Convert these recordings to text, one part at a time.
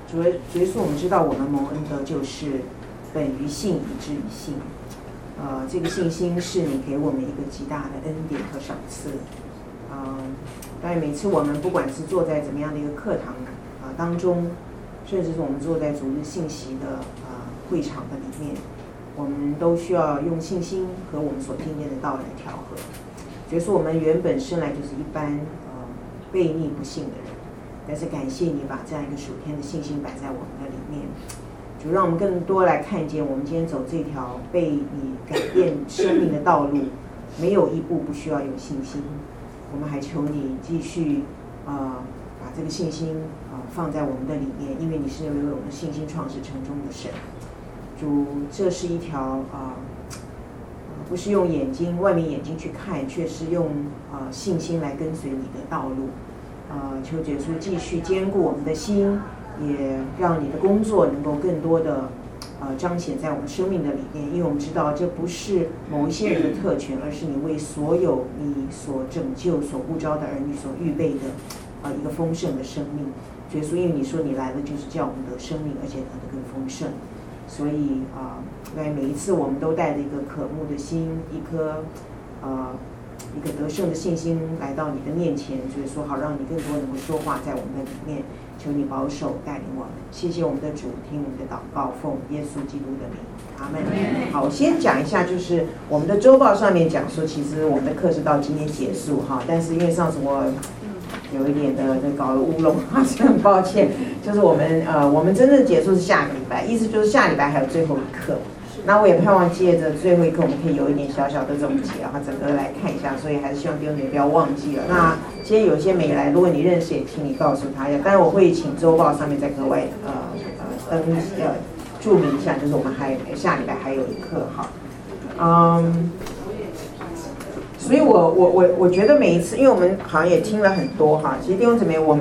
主耶稣，我们知道我们蒙恩得就是本于信以至于信。这个信心是你给我们一个极大的恩典和赏赐。当然每次我们不管是坐在怎么样的一个课堂当中，甚至是我们坐在主日信息的会场的里面，我们都需要用信心和我们所听见的道来调和。所以说我们原本生来就是一般悖逆不信的人，但是感谢你把这样一个属天的信心摆在我们的里面，主让我们更多来看见我们今天走这条被你改变生命的道路，没有一步不需要有信心。我们还求你继续把这个信心放在我们的里面，因为你是为我们信心创始成终的神。主，这是一条不是用外面眼睛去看，却是用信心来跟随你的道路。求耶稣继续坚固我们的心，也让你的工作能够更多的彰显在我们生命的里面，因为我们知道这不是某一些人的特权，而是你为所有你所拯救、所呼召的儿女所预备的一个丰盛的生命。耶稣，因为你说你来了就是叫我们得生命，而且得的更丰盛，所以在每一次我们都带着一个渴慕的心，一个得胜的信心来到你的面前，所以说好让你更多能够说话在我们的里面。求你保守带领我们，谢谢我们的主，听我们的祷告，奉耶稣基督的名，阿们。好，我先讲一下，就是我们的周报上面讲说，其实我们的课是到今天结束哈，但是因为上次我有一点的搞了乌龙，很抱歉。就是我们真正结束是下个礼拜，意思就是下礼拜还有最后一课。那我也盼望借着最后一课，我们可以有一点小小的总结，然后整个来看一下，所以还是希望弟兄姐妹不要忘记了。那今天有些没来，如果你认识，也请你告诉他一下。当然我会请周报上面再格外注明一下，就是我们下礼拜还有一课哈。所以我觉得每一次，因为我们好像也听了很多哈，其实弟兄姊妹，我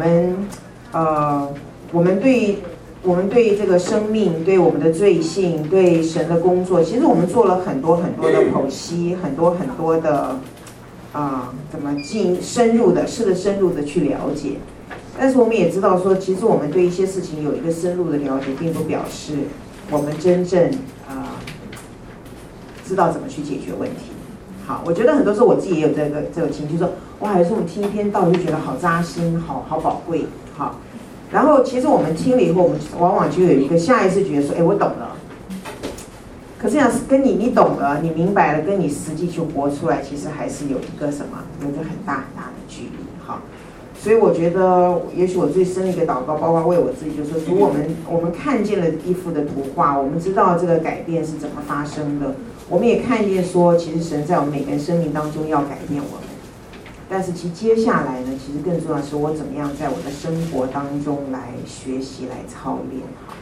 们对这个生命，对我们的罪性，对神的工作，其实我们做了很多很多的剖析，很多很多的怎么深入的去了解。但是我们也知道说，其实我们对一些事情有一个深入的了解，并不表示我们真正知道怎么去解决问题。好，我觉得很多时候我自己也有这个情绪，说哇，有时候我们听一篇道就觉得好扎心，好宝贵，好。然后其实我们听了以后，我们往往就有一个下意识觉得说，我懂了。可是跟你懂了，你明白了，跟你实际去活出来，其实还是有一个很大很大的距离。好，所以我觉得，也许我最深的一个祷告，包括为我自己，就是说，主我们看见了一幅的图画，我们知道这个改变是怎么发生的，我们也看见说，其实神在我们每个人生命当中要改变我们。但是其接下来呢，其实更重要的是我怎么样在我的生活当中来学习、来操练。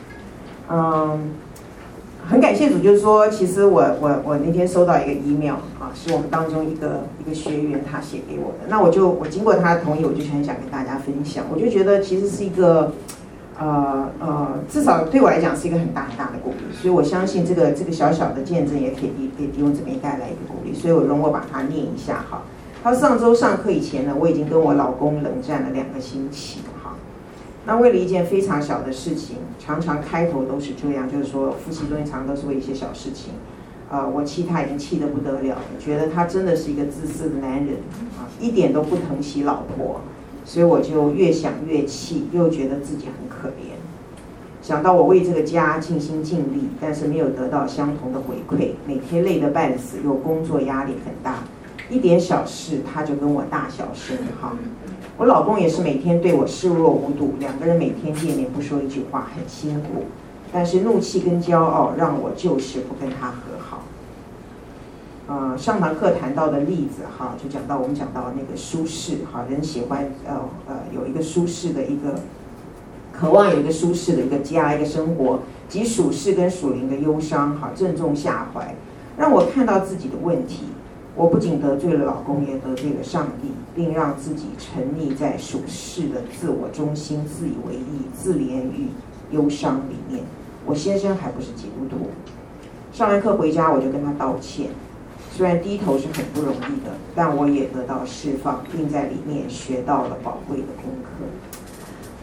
很感谢主，就是说，其实我那天收到一个 email 是我们当中一个学员他写给我的。那我经过他的同意，我就很想跟大家分享。我就觉得其实是一个至少对我来讲是一个很大很大的鼓励。所以我相信这个小小的见证也可以给弟兄姊妹带来一个鼓励。所以容我把它念一下哈。他上周上课以前呢，我已经跟我老公冷战了2个星期哈。那为了一件非常小的事情，常常开头都是这样，就是说夫妻中间常常都是为一些小事情，我气他已经气得不得了了，觉得他真的是一个自私的男人一点都不疼惜老婆，所以我就越想越气，又觉得自己很可怜。想到我为这个家尽心尽力，但是没有得到相同的回馈，每天累得半死，又工作压力很大。一点小事他就跟我大小声哈，我老公也是每天对我视若无睹，2个人每天见面不说一句话，很辛苦。但是怒气跟骄傲让我就是不跟他和好。上堂课谈到的例子哈，就我们讲到那个舒适哈，人喜欢有一个舒适的一个渴望，有一个舒适的一个家，一个生活，及属世跟属灵的忧伤哈，正中下怀，让我看到自己的问题。我不仅得罪了老公，也得罪了上帝，并让自己沉溺在属世的自我中心、自以为意、自怜与忧伤里面。我先生还不是基督徒。上完课回家，我就跟他道歉。虽然低头是很不容易的，但我也得到释放，并在里面学到了宝贵的功课。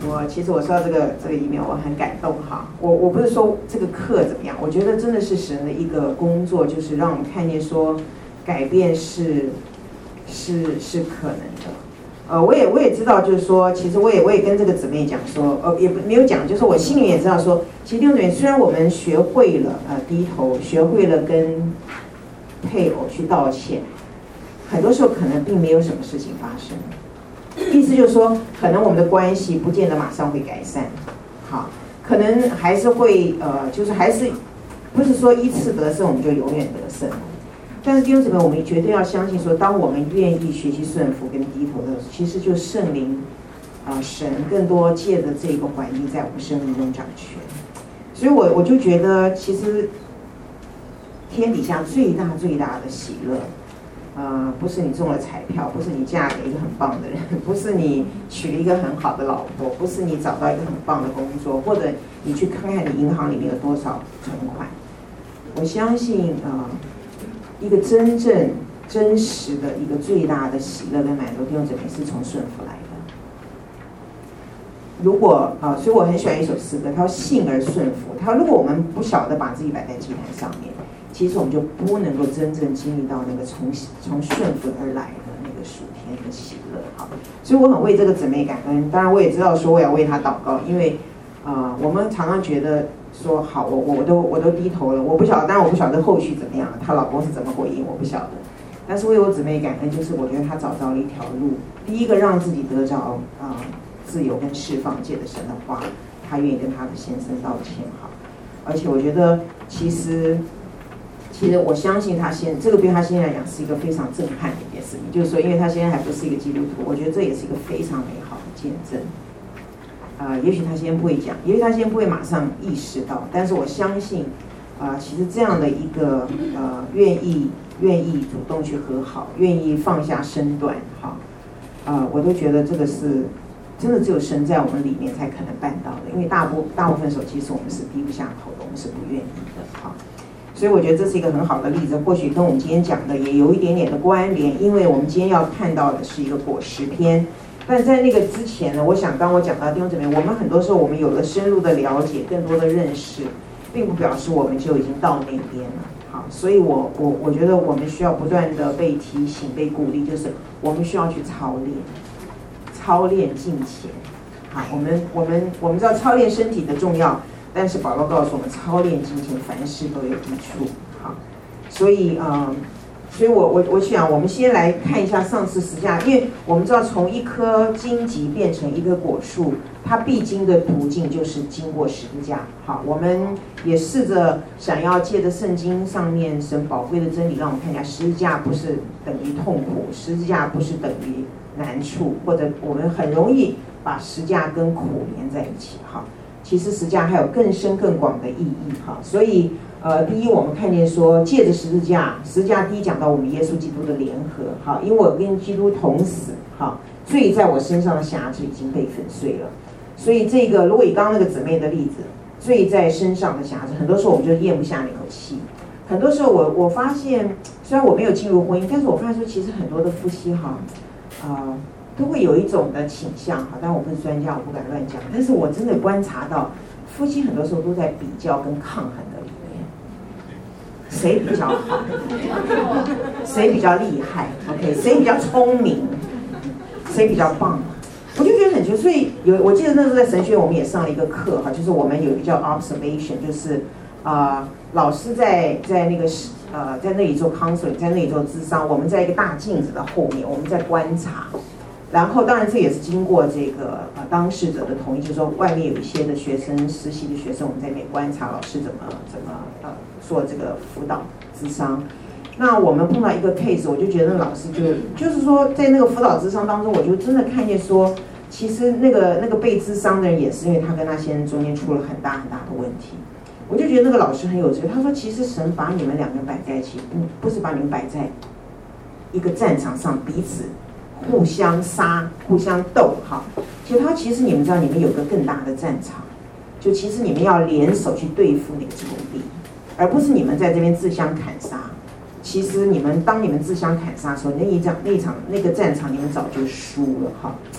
其实我收到这个 email 我很感动哈。我不是说这个课怎么样，我觉得真的是神的一个工作，就是让我们看见说改变是可能的。我也知道，就是说，其实我也跟这个姊妹讲说，也没有讲，就是我心里面也知道说，其实弟兄姊妹，虽然我们学会了低头，学会了跟配偶去道歉，很多时候可能并没有什么事情发生。意思就是说，可能我们的关系不见得马上会改善，好，可能还是会就是还是不是说一次得胜我们就永远得胜。但是弟兄姊妹，我们绝对要相信说，当我们愿意学习顺服跟低头的时候，其实就圣灵神更多借着这个环境在我们生命中掌权。所以我就觉得，其实天底下最大的喜乐。不是你中了彩票，不是你嫁给一个很棒的人，不是你娶了一个很好的老婆，不是你找到一个很棒的工作，或者你去看看你银行里面有多少存款。我相信一个真正真实的一个最大的喜乐跟满足，弟兄姊妹是从顺服来的。如果所以我很喜欢一首诗歌，他说信而顺服。他说如果我们不晓得把自己摆在祭坛上面，其实我们就不能够真正经历到那个从顺服而来的那个属天的喜乐。好，所以我很为这个姊妹感恩。当然我也知道说我要为她祷告，因为我们常常觉得说好，我都低头了，我不晓得，当然我不晓得后续怎么样，她老公是怎么回应，我不晓得。但是为我姊妹感恩，就是我觉得她找到了一条路。第一个让自己得着自由跟释放，借着神的话，她愿意跟她的先生道歉。好，而且我觉得其实我相信这个对他现在来讲是一个非常震撼的一件事情，就是说，因为他现在还不是一个基督徒，我觉得这也是一个非常美好的见证。也许他先不会讲，也许他先不会马上意识到，但是我相信，其实这样的一个愿意主动去和好，愿意放下身段，好，我都觉得这个是真的只有神在我们里面才可能办到的，因为大部分时候其实我们是低不下头的，我们是不愿意的，好。所以我觉得这是一个很好的例子，或许跟我们今天讲的也有一点点的关联，因为我们今天要看到的是一个果实篇。但在那个之前呢，我想刚我讲到弟兄姊妹，我们很多时候我们有了深入的了解，更多的认识，并不表示我们就已经到那边了。好，所以我觉得我们需要不断的被提醒、被鼓励，就是我们需要去操练敬虔。好，我们知道操练身体的重要。但是保罗告诉我们，操练敬虔，凡事都有益处。好，所以我想，我们先来看一下上次十字架，因为我们知道，从一棵荆棘变成一棵果树，它必经的途径就是经过十字架。好，我们也试着想要借着圣经上面神宝贵的真理，让我们看一下，十字架不是等于痛苦，十字架不是等于难处，或者我们很容易把十字架跟苦连在一起。好。其实十字架还有更深更广的意义哈，所以第一我们看见说借着十字架第一讲到我们耶稣基督的联合，好，因为我跟基督同死，好，罪在我身上的辖制已经被粉碎了，所以这个如果以刚刚那个姊妹的例子，罪在身上的辖制，很多时候我们就咽不下那口气。很多时候我发现，虽然我没有进入婚姻，但是我发现说其实很多的夫妻哈，都会有一种的倾向，好，但我不是专家，我不敢乱讲。但是我真的观察到，夫妻很多时候都在比较跟抗衡的里面，谁比较好，谁比较厉害 ，OK， 谁比较聪明，谁比较棒，我就觉得很奇怪。所以我记得那时候在神学院我们也上了一个课哈，就是我们有一个叫 observation， 就是老师在那个在那里做 counseling， 在那里做咨商，我们在一个大镜子的后面，我们在观察。然后当然这也是经过这个当事者的同意，就是说外面有一些的学生实习的学生，我们在那边观察老师怎么做这个辅导咨商。那我们碰到一个 case， 我就觉得那老师就是说在那个辅导咨商当中，我就真的看见说，其实那个被咨商的人也是因为他跟他先生中间出了很大的问题。我就觉得那个老师很有智慧，他说其实神把你们两个人摆在一起，不是把你们摆在一个战场上彼此互相杀、互相斗，哈。其实你们知道，你们有个更大的战场，就其实你们要联手去对付那个仇敌，而不是你们在这边自相砍杀。其实当你们自相砍杀的时候，那个战场你们早就输了，哈。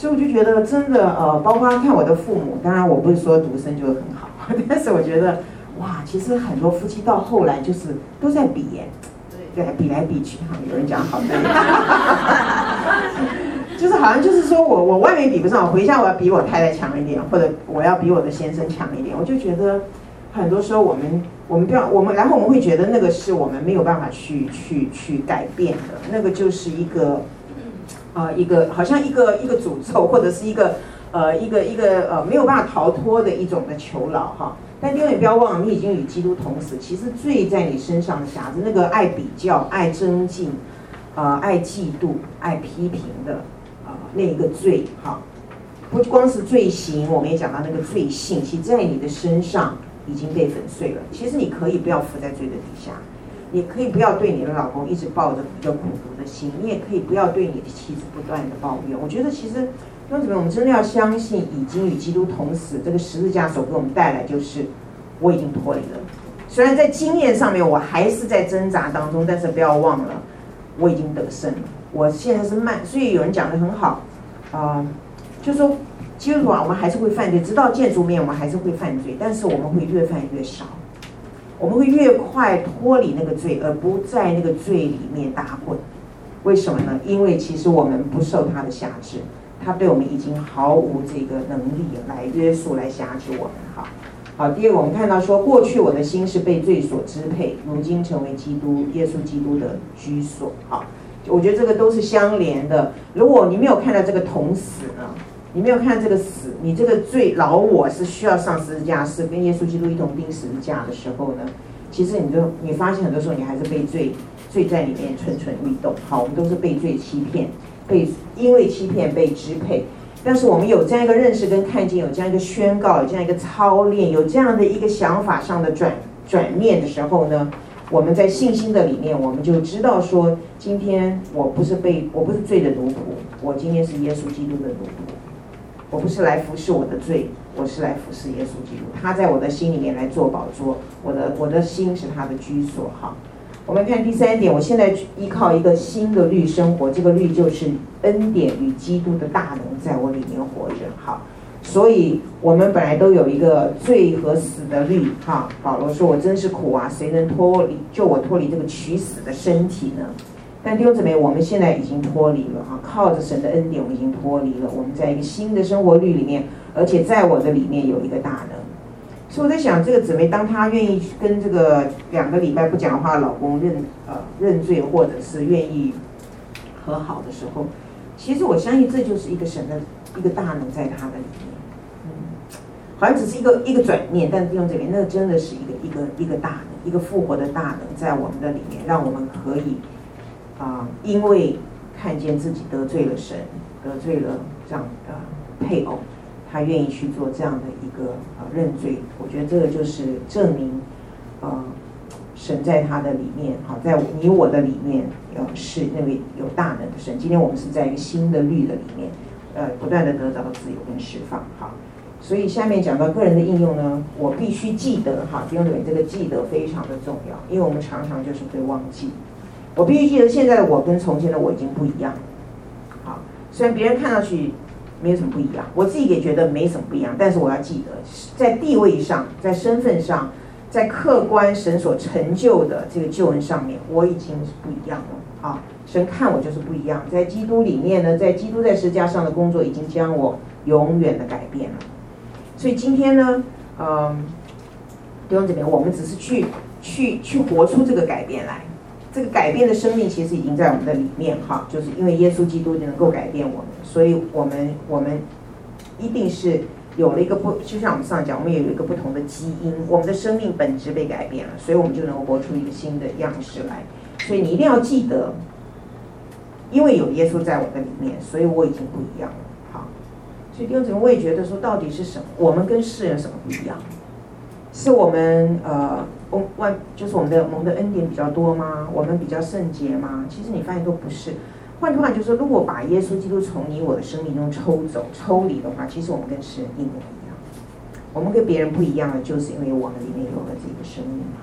所以我就觉得真的包括看我的父母，当然我不是说独生就很好，但是我觉得哇，其实很多夫妻到后来就是都在比耶，对，比来比去，有人讲好对，就是好像就是说我外面比不上，我回家我要比我太太强一点，或者我要比我的先生强一点，我就觉得很多时候我们不要然后我们会觉得那个是我们没有办法去改变的，那个就是一个好像一个诅咒，或者是一个没有办法逃脱的一种的囚牢哈。但永远不要忘了，你已经与基督同死。其实罪在你身上的匣子，那个爱比较、爱争竞、爱嫉妒、爱批评的那一个罪哈，不光是罪行，我们也讲到那个罪性，其实在你的身上已经被粉碎了。其实你可以不要伏在罪的底下。也可以不要对你的老公一直抱着一个苦毒的心，你也可以不要对你的妻子不断的抱怨。我觉得其实为什么我们真的要相信已经与基督同死，这个十字架所给我们带来就是我已经脱离了。虽然在经验上面我还是在挣扎当中，但是不要忘了我已经得胜了。我现在是所以有人讲得很好就是说基督徒我们还是会犯罪，直到见主面我们还是会犯罪，但是我们会越犯越少。我们会越快脱离那个罪，而不在那个罪里面打滚。为什么呢？因为其实我们不受他的辖制，他对我们已经毫无这个能力来约束、来辖制我们。好，第二个我们看到说，过去我的心是被罪所支配，如今成为耶稣基督的居所。好，我觉得这个都是相连的。如果你没有看到这个同死呢？你没有看这个死，你这个罪老我是需要上十字架，是跟耶稣基督一同钉十字架的时候呢，其实你发现很多时候你还是被罪在里面蠢蠢欲动。好，我们都是被罪欺骗，因为欺骗被支配。但是我们有这样一个认识跟看见，有这样一个宣告，有这样一个操练，有这样的一个想法上的转念的时候呢，我们在信心的里面，我们就知道说，今天我不是罪的奴仆，我今天是耶稣基督的奴仆。我不是来服侍我的罪，我是来服侍耶稣基督。他在我的心里面来做宝座，我的心是他的居所。好，我们看第三点，我现在依靠一个新的律生活，这个律就是恩典与基督的大能在我里面活着。好，所以我们本来都有一个罪和死的律。哈，保罗说：“我真是苦啊，谁能救我脱离这个取死的身体呢？”但弟兄姊妹，我们现在已经脱离了哈，靠着神的恩典，我们已经脱离了。我们在一个新的生活律里面，而且在我的里面有一个大能。所以我在想，这个姊妹当她愿意跟这个2个礼拜不讲话的老公认罪，或者是愿意和好的时候，其实我相信这就是一个神的一个大能在她的里面。好像只是一个转念，但弟兄姊妹，那真的是一个大能，一个复活的大能在我们的里面，让我们可以。因为看见自己得罪了神，得罪了这样配偶，他愿意去做这样的一个认罪。我觉得这个就是证明神在他的里面，好，在你我的里面是那位有大能的神。今天我们是在一个新的律的里面，不断的得到自由跟释放。好，所以下面讲到个人的应用呢，我必须记得哈，弟兄姊妹，这个记得非常的重要，因为我们常常就是会忘记。我必须记得现在的我跟从前的我已经不一样了。好，虽然别人看上去没有什么不一样，我自己也觉得没什么不一样，但是我要记得，在地位上，在身份上，在客观神所成就的这个救恩上面，我已经是不一样了。好，神看我就是不一样。在基督里面呢，在基督在十字架上的工作已经将我永远的改变了。所以今天呢，弟兄姊妹，我们只是去活出这个改变来。这个改变的生命其实已经在我们的里面哈，就是因为耶稣基督能够改变我们，所以我们一定是有了一个就像我们上讲，我们有一个不同的基因，我们的生命本质被改变了，所以我们就能够活出一个新的样式来。所以你一定要记得，因为有耶稣在我的里面，所以我已经不一样了。好，所以弟兄姊妹，我也觉得说，到底是什么？我们跟世人什么不一样？是我们就是我们的恩典比较多吗？我们比较圣洁吗？其实你发现都不是。换句话就是说，如果把耶稣基督从你我的生命中抽离的话，其实我们跟世人一模一样。我们跟别人不一样的，就是因为我们里面有了这个生命。好，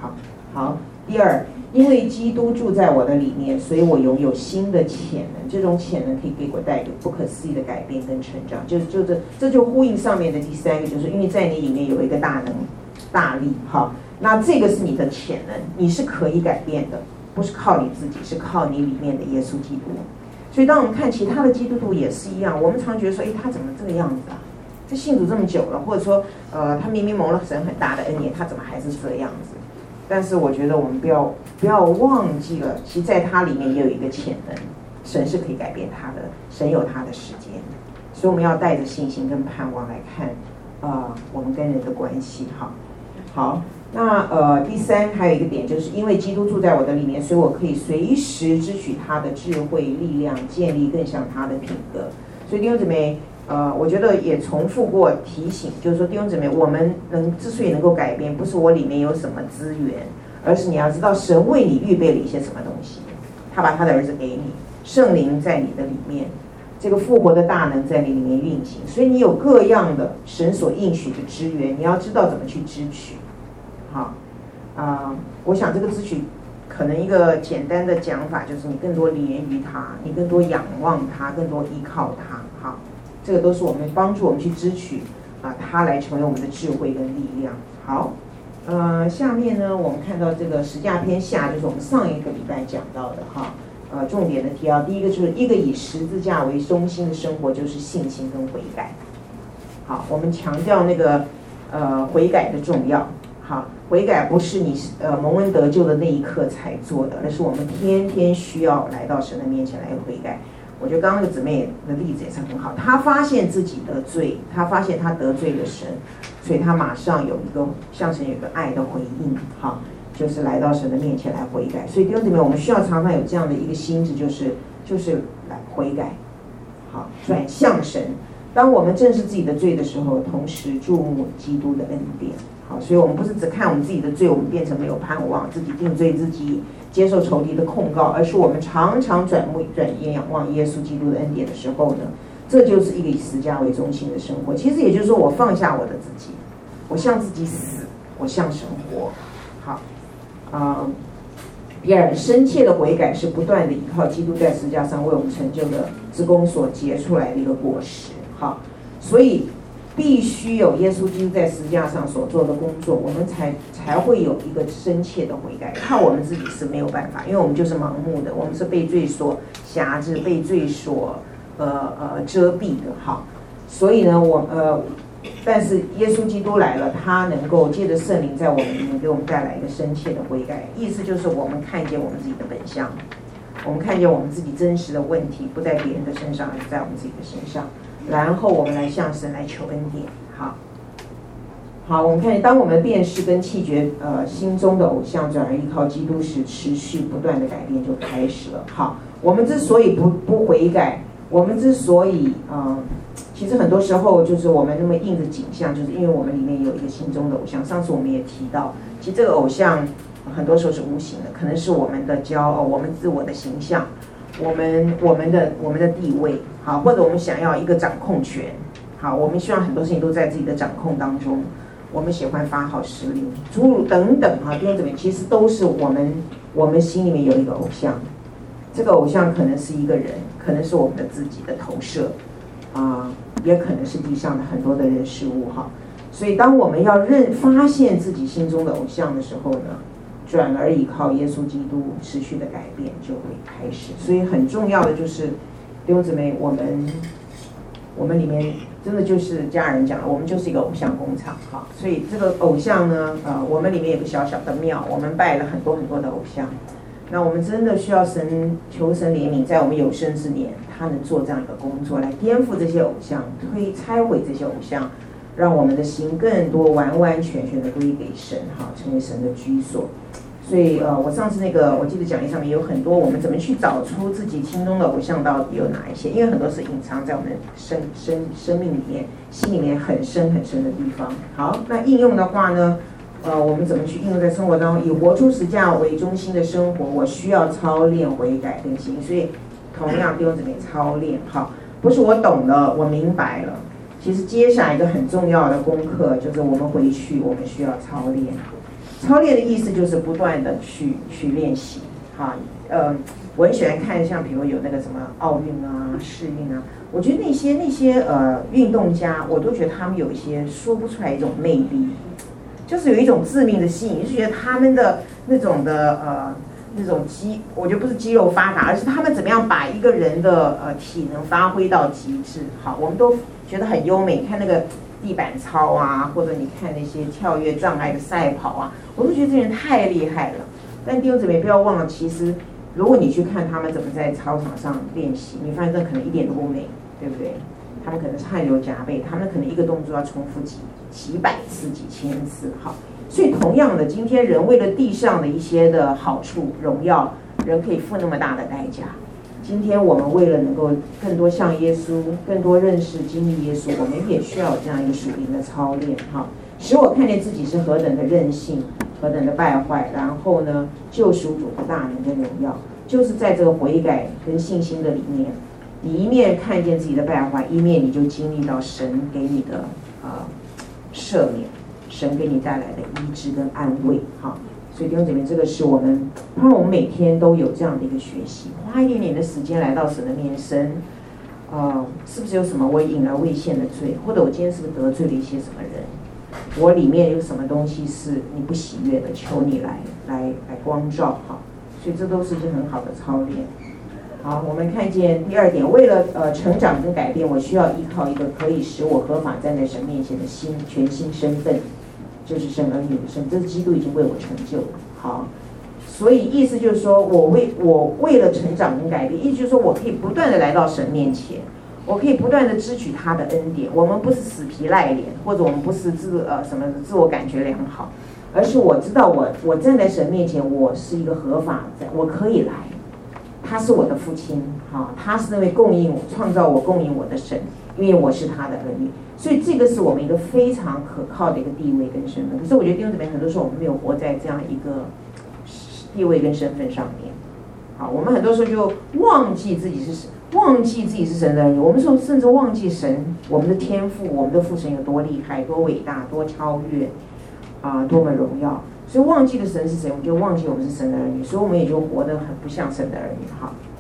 好，第二，因为基督住在我的里面，所以我拥有新的潜能，这种潜能可以给我带给不可思议的改变跟成长。这就呼应上面的第三个，就是因为在你里面有一个大能大力，好，那这个是你的潜能，你是可以改变的，不是靠你自己，是靠你里面的耶稣基督。所以当我们看其他的基督徒也是一样，我们常觉得说，他怎么这个样子啊？这信主这么久了，或者说，他明明蒙了神很大的恩典，他怎么还是这样子？但是我觉得我们不要忘记了，其实在他里面也有一个潜能，神是可以改变他的，神有他的时间，所以我们要带着信心跟盼望来看，我们跟人的关系。好，那第三还有一个点，就是因为基督住在我的里面，所以我可以随时支取他的智慧力量，建立更像他的品格。所以弟兄姊妹，我觉得也重复过提醒，就是说弟兄姊妹，我们之所以能够改变，不是我里面有什么资源，而是你要知道神为你预备了一些什么东西，他把他的儿子给你，圣灵在你的里面，这个复活的大能在你里面运行，所以你有各样的神所应许的资源，你要知道怎么去支取。好，我想这个支取可能一个简单的讲法就是你更多连于他，你更多仰望他，更多依靠他。好，这个都是我们帮助我们去支取他来成为我们的智慧跟力量。好，下面呢我们看到这个十架篇下，就是我们上一个礼拜讲到的重点的提到，第一个就是一个以十字架为中心的生活，就是信心跟悔改。好，我们强调那个悔改的重要。好，悔改不是你蒙恩得救的那一刻才做的，而是我们天天需要来到神的面前来悔改。我觉得刚刚那个姊妹的例子也是很好，她发现自己得罪，她发现她得罪了神，所以她马上有一个向神有一个爱的回应，好，就是来到神的面前来悔改。所以弟兄姊妹，我们需要常常有这样的一个心智，就是来悔改，好，转向神。当我们正视自己的罪的时候，同时注目基督的恩典。好，所以我们不是只看我们自己的罪，我们变成没有盼望，自己定罪自己，接受仇敌的控告，而是我们常常转眼仰望耶稣基督的恩典的时候呢，这就是一个以十字架为中心的生活。其实也就是说，我放下我的自己，我向自己死，我向神活。好，第二，深切的悔改是不断的依靠基督在十字架上为我们成就的之功所结出来的一个果实。好，所以必须有耶稣基督在十字架上所做的工作，我们才会有一个深切的悔改。靠我们自己是没有办法，因为我们就是盲目的，我们是被罪所辖制，被罪所遮蔽的。好，所以呢，但是耶稣基督来了，他能够借着圣灵在我们里面给我们带来一个深切的悔改。意思就是我们看见我们自己的本相，我们看见我们自己真实的问题，不在别人的身上，而是在我们自己的身上。然后我们来向神来求恩典。好，我们看见当我们辨识跟弃绝心中的偶像，转而依靠基督时，持续不断的改变就开始了。好，我们之所以不悔改，我们之所以其实很多时候就是我们那么硬的景象，就是因为我们里面有一个心中的偶像。上次我们也提到，其实这个偶像很多时候是无形的，可能是我们的骄傲，我们自我的形象，我们的地位，好，或者我们想要一个掌控权，好，我们希望很多事情都在自己的掌控当中，我们喜欢发号施令，诸如等等弟兄姊妹，其实都是我们心里面有一个偶像。这个偶像可能是一个人，可能是我们的自己的投射，也可能是地上的很多的人事物哈。所以当我们要发现自己心中的偶像的时候呢，转而依靠耶稣基督，持续的改变就会开始。所以很重要的就是弟兄姊妹，我们里面真的就是家人讲了，我们就是一个偶像工厂哈。所以这个偶像呢，我们里面有个小小的庙，我们拜了很多很多的偶像。那我们真的需要求神怜悯，在我们有生之年，他能做这样一个工作，来颠覆这些偶像，拆毁这些偶像，让我们的心更多完完全全的归给神哈，成为神的居所。所以我上次我记得讲义上面有很多，我们怎么去找出自己心中的偶像到底有哪一些？因为很多是隐藏在我们生命里面、心里面很深很深的地方。好，那应用的话呢？我们怎么去应用在生活当中？以活出十架为中心的生活，我需要操练悔改更新。所以同样弟兄姊妹操练，好，不是我懂了，我明白了。其实接下来一个很重要的功课就是我们回去，我们需要操练。 操练的意思就是不断的去练习，哈，我很喜欢看像比如有那个什么奥运啊、世运啊，我觉得那些运动家，我都觉得他们有一些说不出来一种魅力，就是有一种致命的吸引，就觉得他们的那种我觉得不是肌肉发达，而是他们怎么样把一个人的体能发挥到极致。好，我们都觉得很优美，你看那个地板操啊，或者你看那些跳跃障碍的赛跑啊，我都觉得这人太厉害了。但弟兄姊妹不要忘了，其实如果你去看他们怎么在操场上练习，你发现这可能一点都不美，对不对？他们可能是汗流浃背，他们可能一个动作要重复几百次、几千次。好，所以同样的，今天人为了地上的一些的好处、荣耀，人可以付那么大的代价。今天我们为了能够更多像耶稣，更多认识经历耶稣，我们也需要有这样一个属灵的操练，哈，使我看见自己是何等的任性，何等的败坏，然后呢，救赎主的大能跟荣耀，就是在这个悔改跟信心的里面，你一面看见自己的败坏，一面你就经历到神给你的赦免，神给你带来的医治跟安慰，哈。所以弟兄姐妹，这个是我们每天都有这样的一个学习，花一点点的时间来到神的面前，神，是不是有什么我隐而未现的罪，或者我今天是不是得罪了一些什么人，我里面有什么东西是你不喜悦的，求你来光照，哈。所以这都是一些很好的操练。好，我们看见第二点，为了成长跟改变，我需要依靠一个可以使我合法站在神面前的全新身份。就是神儿女的身，这是基督已经为我成就了。好，所以意思就是说，我为了成长跟改变，意思就是说我可以不断的来到神面前，我可以不断的支取他的恩典。我们不是死皮赖脸，或者我们不是自我感觉良好，而是我知道我站在神面前，我是一个合法的，我可以来。他是我的父亲，哈，他是那位创造我、供应我的神，因为我是他的儿女。所以这个是我们一个非常可靠的一个地位跟身份。可是我觉得弟兄姊妹很多时候我们没有活在这样一个地位跟身份上面。好，我们很多时候就忘记自己是神的儿女，我们甚至忘记神，我们的天父，我们的父神有多厉害、多伟大、多超越多么荣耀。所以忘记了神是谁，我们就忘记我们是神的儿女，所以我们也就活得很不像神的儿女。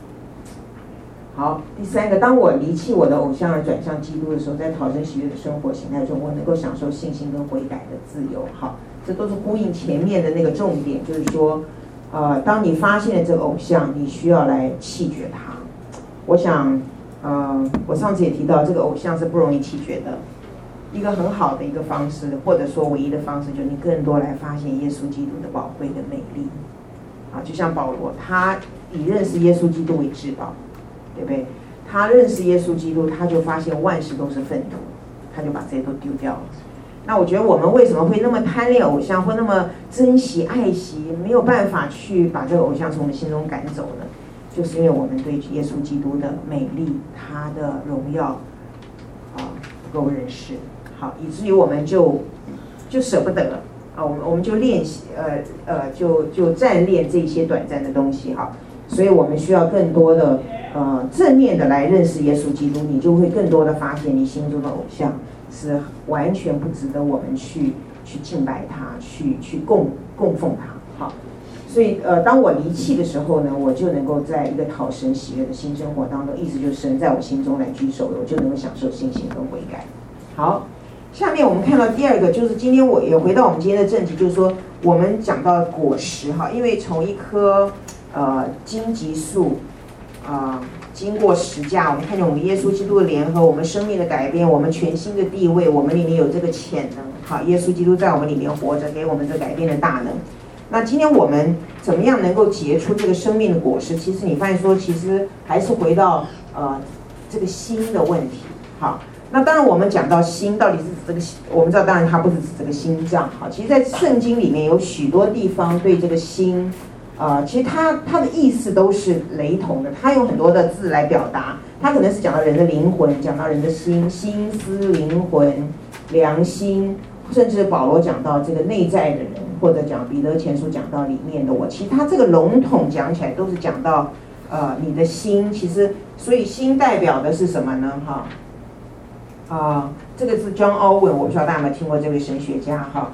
好，第三个，当我离弃我的偶像而转向基督的时候，在讨生喜悦的生活形态中，我能够享受信心跟悔改的自由。好，这都是呼应前面的那个重点，就是说，当你发现了这个偶像，你需要来弃绝它。我想，我上次也提到，这个偶像是不容易弃绝的。一个很好的一个方式，或者说唯一的方式，就是你更多来发现耶稣基督的宝贵跟美丽。就像保罗，他以认识耶稣基督为至宝。对不对？他认识耶稣基督，他就发现万事都是粪土，他就把这些都丢掉了。那我觉得我们为什么会那么贪恋偶像，或那么珍惜爱惜，没有办法去把这个偶像从我们心中赶走呢？就是因为我们对耶稣基督的美丽、他的荣耀不够认识，好，以至于我们就舍不得我们就练习就占恋这些短暂的东西哈。所以我们需要更多的正面的来认识耶稣基督，你就会更多的发现你心中的偶像是完全不值得我们去敬拜他，去供奉他。好，所以当我离弃的时候呢，我就能够在一个讨神喜悦的新生活当中，意思就是神在我心中来居首了，我就能够享受信心跟悔改。好，下面我们看到第二个，就是今天我也回到我们今天的正题，就是说我们讲到果实哈，因为从一棵荆棘树经过十架，我们看见我们耶稣基督的联合，我们生命的改变，我们全新的地位，我们里面有这个潜能。好，耶稣基督在我们里面活着，给我们这改变的大能。那今天我们怎么样能够结出这个生命的果实？其实你发现说，其实还是回到这个心的问题。好，那当然我们讲到心到底是指这个，我们知道当然它不是指这个心脏。好，其实在圣经里面有许多地方对这个心其实它的意思都是雷同的，它有很多的字来表达，它可能是讲到人的灵魂，讲到人的心思、灵魂、良心，甚至保罗讲到这个内在的人，或者讲彼得前书讲到里面的我。其实它这个笼统讲起来都是讲到你的心。其实所以心代表的是什么呢？这个是 John Owen， 我不知道大家有没有听过这位神学家哈。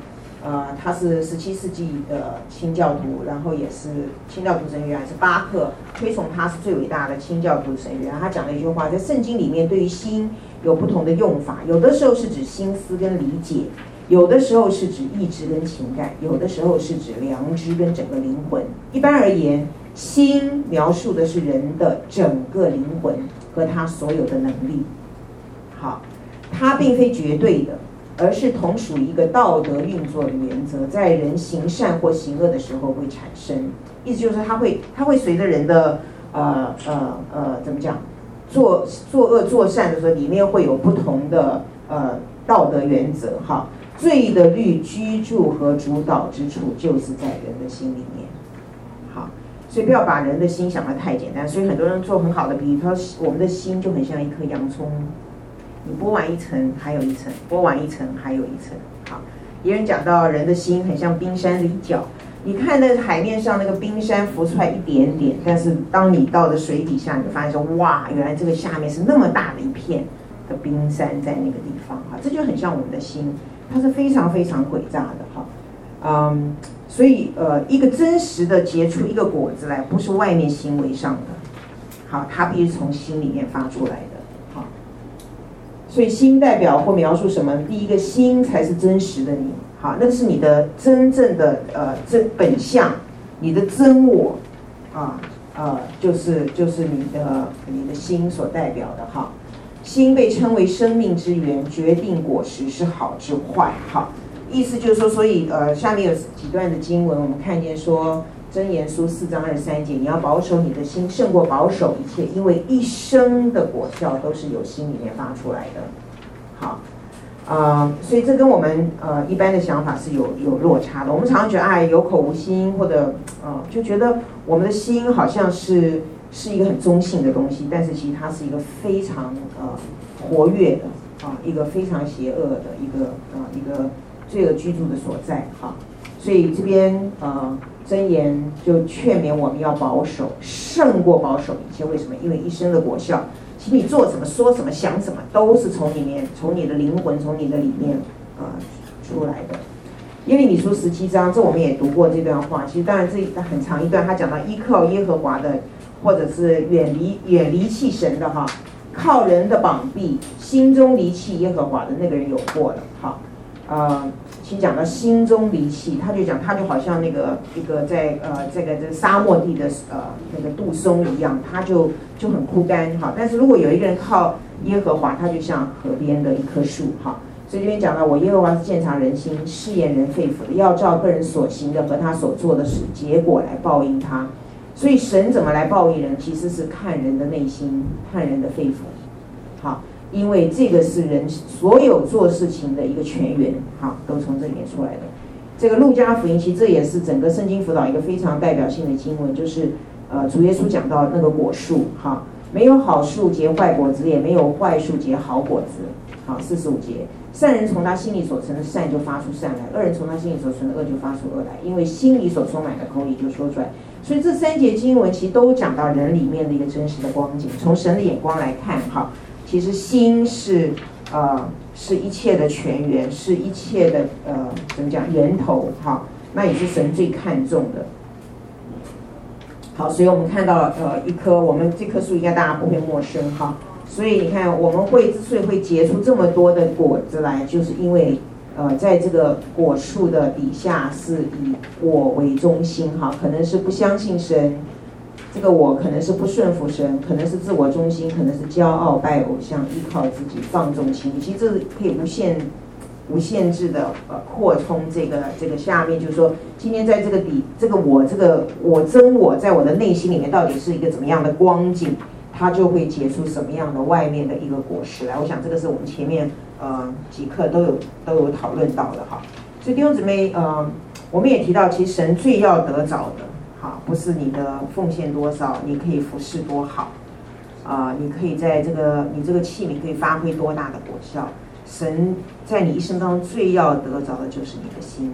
他是17世纪的清教徒，然后也是清教徒神学家，是巴克推崇他是最伟大的清教徒神学家。他讲了一句话，在圣经里面对于心有不同的用法，有的时候是指心思跟理解，有的时候是指意志跟情感，有的时候是指良知跟整个灵魂。一般而言，心描述的是人的整个灵魂和他所有的能力。好，它并非绝对的，而是同属一个道德运作的原则，在人行善或行恶的时候会产生。意思就是它会随着人的怎么讲，做恶做善的时候，里面会有不同的道德原则。哈，罪的律居住和主导之处就是在人的心里面。好，所以不要把人的心想得太简单。所以很多人做很好的比喻，他说我们的心就很像一颗洋葱。你剥完一层还有一层，剥完一层还有一层。好，也有人讲到人的心很像冰山的一角，你看那海面上那个冰山浮出来一点点，但是当你到了水底下，你发现说哇，原来这个下面是那么大的一片的冰山在那个地方。哈，这就很像我们的心，它是非常非常诡诈的。哈，所以一个真实的结出一个果子来，不是外面行为上的，好，它必须从心里面发出来的。所以心代表或描述什么？第一个，心才是真实的你，好，那是你的真正的真本相，你的真我，就是你的心所代表的。哈，心被称为生命之源，决定果实是好之坏。好，意思就是说，所以下面有几段的经文，我们看见说，箴言书4章23节，你要保守你的心，胜过保守一切，因为一生的果效都是由心里面发出来的。好，所以这跟我们一般的想法是有落差的。我们常常觉得有口无心，或者就觉得我们的心好像是一个很中性的东西，但是其实它是一个非常活跃的一个非常邪恶的一个罪恶居住的所在。好，所以这边箴言就劝勉我们要保守，胜过保守一切。为什么？因为一生的果效，其实你做什么、说什么、想什么，都是从你的灵魂、从你的里面出来的。耶利米书17章，这我们也读过这段话。其实当然这很长一段，他讲到依靠耶和华的，或者是远离弃神的哈，靠人的膀臂，心中离弃耶和华的那个人有祸了。好，其实讲到心中离弃，他就好像一个在这个沙漠地的那个杜松一样，他就很枯干哈。但是如果有一个人靠耶和华，他就像河边的一棵树哈。所以这边讲到，我耶和华是鉴察人心、试验人肺腑的，要照个人所行的和他所做的事结果来报应他。所以神怎么来报应人，其实是看人的内心，看人的肺腑。好。因为这个是人所有做事情的一个泉源，好，都从这里面出来的。这个路加福音，其实这也是整个圣经辅导一个非常代表性的经文，就是主耶稣讲到那个果树，哈，没有好树结坏果子，也没有坏树结好果子。好，45节，善人从他心里所存的善就发出善来，恶人从他心里所存的恶就发出恶来，因为心里所充满的口里就说出来。所以这3节经文其实都讲到人里面的一个真实的光景，从神的眼光来看，哈。其实心是一切的泉源，是一切的怎么讲源头哈，那也是神最看重的。好，所以我们看到我们这棵树应该大家不会陌生哈。所以你看，我们之所以会结出这么多的果子来，就是因为在这个果树的底下是以我为中心哈，可能是不相信神。这个我可能是不顺服神，可能是自我中心，可能是骄傲拜偶像，依靠自己放纵情欲。其实这可以无限制的扩充这个下面，就是说今天在这个我真我在我的内心里面到底是一个怎么样的光景，它就会结出什么样的外面的一个果实来。我想这个是我们前面几课都有讨论到的哈。所以弟兄姊妹，我们也提到，其实神最要得着的。不是你的奉献多少，你可以服侍多好，你可以在你这个器皿可以发挥多大的果效。神在你一生当中最要得着的就是你的心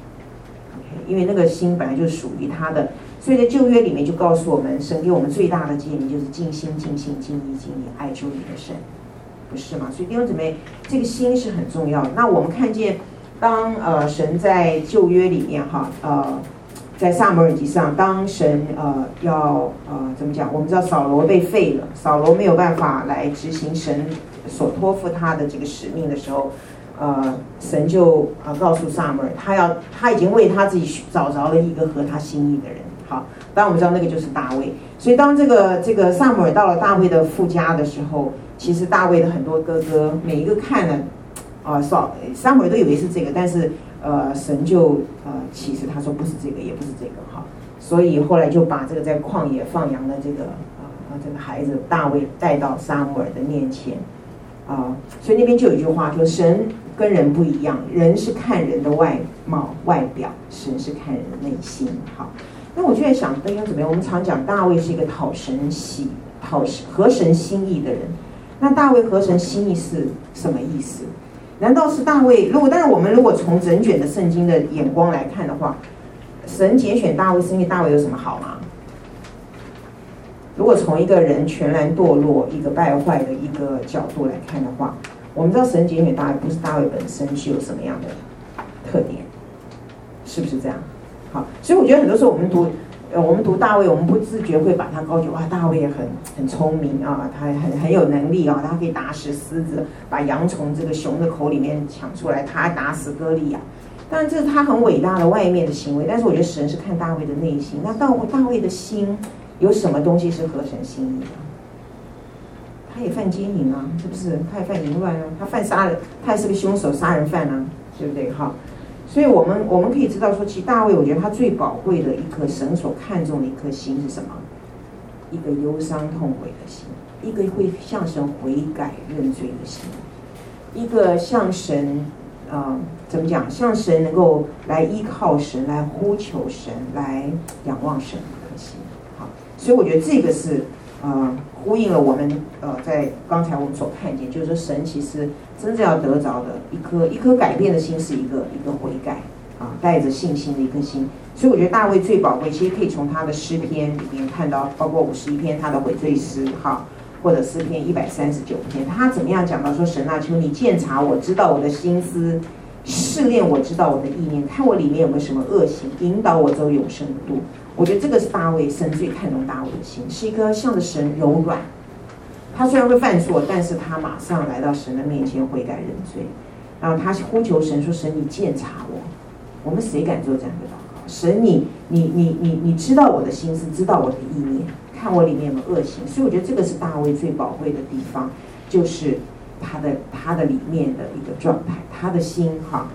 ，OK， 因为那个心本来就属于他的，所以在旧约里面就告诉我们，神给我们最大的诫命就是尽心、尽性、尽意、尽力爱主你的神，不是吗？所以弟兄姊妹，这个心是很重要的。那我们看见当神在旧约里面哈在撒母耳记上，当神要怎么讲？我们知道扫罗被废了，扫罗没有办法来执行神所托付他的这个使命的时候，神就告诉撒母耳，他已经为他自己找着了一个合他心意的人。好，当然我们知道那个就是大卫。所以当这个撒母耳到了大卫的父家的时候，其实大卫的很多哥哥每一个看了撒母耳都以为是这个，但是神就启示他说不是这个，也不是这个哈。所以后来就把这个在旷野放羊的这个孩子大卫带到撒母耳的面前所以那边就有一句话说，神跟人不一样，人是看人的外貌外表，神是看人的内心。好，那我就在想，弟兄姊妹，我们常讲大卫是一个合神心意的人，那大卫合神心意是什么意思？难道是大卫？当然我们如果从整卷的圣经的眼光来看的话，神拣选大卫是因为大卫有什么好吗？如果从一个人全然堕落、一个败坏的一个角度来看的话，我们知道神拣选大卫不是大卫本身是有什么样的特点，是不是这样？好，所以我觉得很多时候我们读大卫，我们不自觉会把他高举，哇，大卫很聪明啊，他很有能力啊，他可以打死狮子，把羊从这个熊的口里面抢出来，他还打死歌利亚。当然这是他很伟大的外面的行为，但是我觉得神是看大卫的内心。那大卫的心有什么东西是合神心意的？他也犯奸淫啊，是不是？他也犯淫乱啊，他犯杀人，他也是个凶手，杀人犯啊，对不对？哈。所以我们可以知道说，其实大卫，我觉得他最宝贵的一颗神所看重的一颗心是什么？一个忧伤痛悔的心，一个会向神悔改认罪的心，一个向神怎么讲？向神能够来依靠神，来呼求神，来仰望神的一颗心。好，所以我觉得这个是呼应了我们在刚才我们所看见，就是说神其实真正要得着的一颗改变的心，是一个悔改带着信心的一颗心。所以我觉得大卫最宝贵，其实可以从他的诗篇里面看到，包括51篇他的悔罪诗或者诗篇139篇，他怎么样讲到说，神啊，求你鉴察我，知道我的心思，试炼我，知道我的意念，看我里面有没有什么恶行，引导我走永生的路。我觉得这个是大卫，神最看重大卫的心，是一颗向着神柔软。他虽然会犯错，但是他马上来到神的面前悔改认罪，然后他呼求神说：“神，你鉴察我。”我们谁敢做这样的祷告？神，你知道我的心思，知道我的意念，看我里面有没有恶行。所以我觉得这个是大卫最宝贵的地方，就是他的里面的一个状态，他的心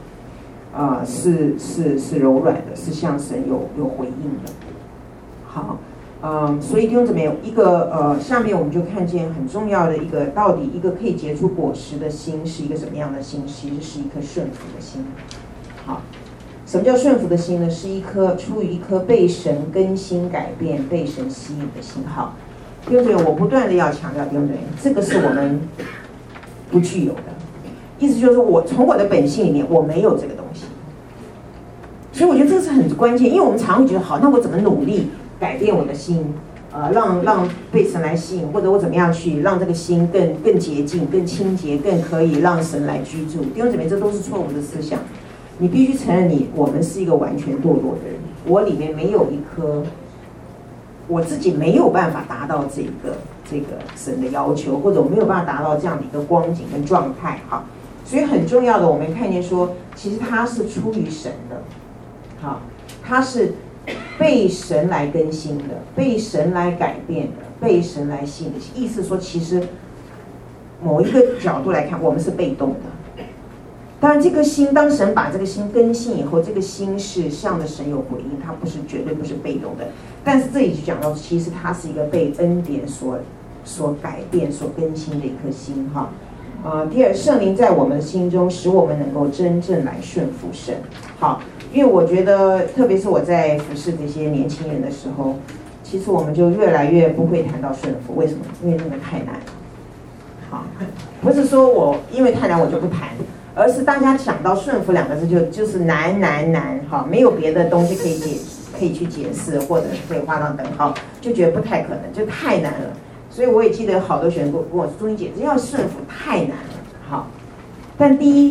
是柔软的，是向神有回应的。好，所以弟兄姊妹，一个下面我们就看见很重要的一个，到底一个可以结出果实的心是一个什么样的心？其实是一颗顺服的心。好，什么叫顺服的心呢？是出于一颗被神更新改变、被神吸引的心。好，弟兄姊妹，我不断的要强调，弟兄姊妹，这个是我们不具有的，意思就是我从我的本性里面我没有这个东西。所以我觉得这是很关键，因为我们常会觉得，好，那我怎么努力改变我的心，让被神来吸引，或者我怎么样去让这个心更洁净、更清洁、更可以让神来居住？弟兄姊妹，这都是错误的思想。你必须承认我们是一个完全堕落的人，我里面没有一颗，我自己没有办法达到这个神的要求，或者我没有办法达到这样的一个光景跟状态哈。所以很重要的，我们看见说，其实它是出于神的。好，它是被神来更新的，被神来改变的，被神来吸引的。意思说，其实某一个角度来看，我们是被动的。当然，这颗心，当神把这个心更新以后，这个心是向着神有回应，它绝对不是被动的。但是这里就讲到，其实它是一个被恩典所改变、所更新的一颗心哈。第二，圣灵在我们的心中，使我们能够真正来顺服神。好。因为我觉得，特别是我在服侍这些年轻人的时候，其实我们就越来越不会谈到顺服。为什么？因为那个太难了。好，不是说我因为太难我就不谈，而是大家想到顺服两个字就是难。好，没有别的东西可以去解释，或者可以画上等号，就觉得不太可能，就太难了。所以我也记得好多学员跟我说：“钟英姐，这要顺服太难了。”好，但第一，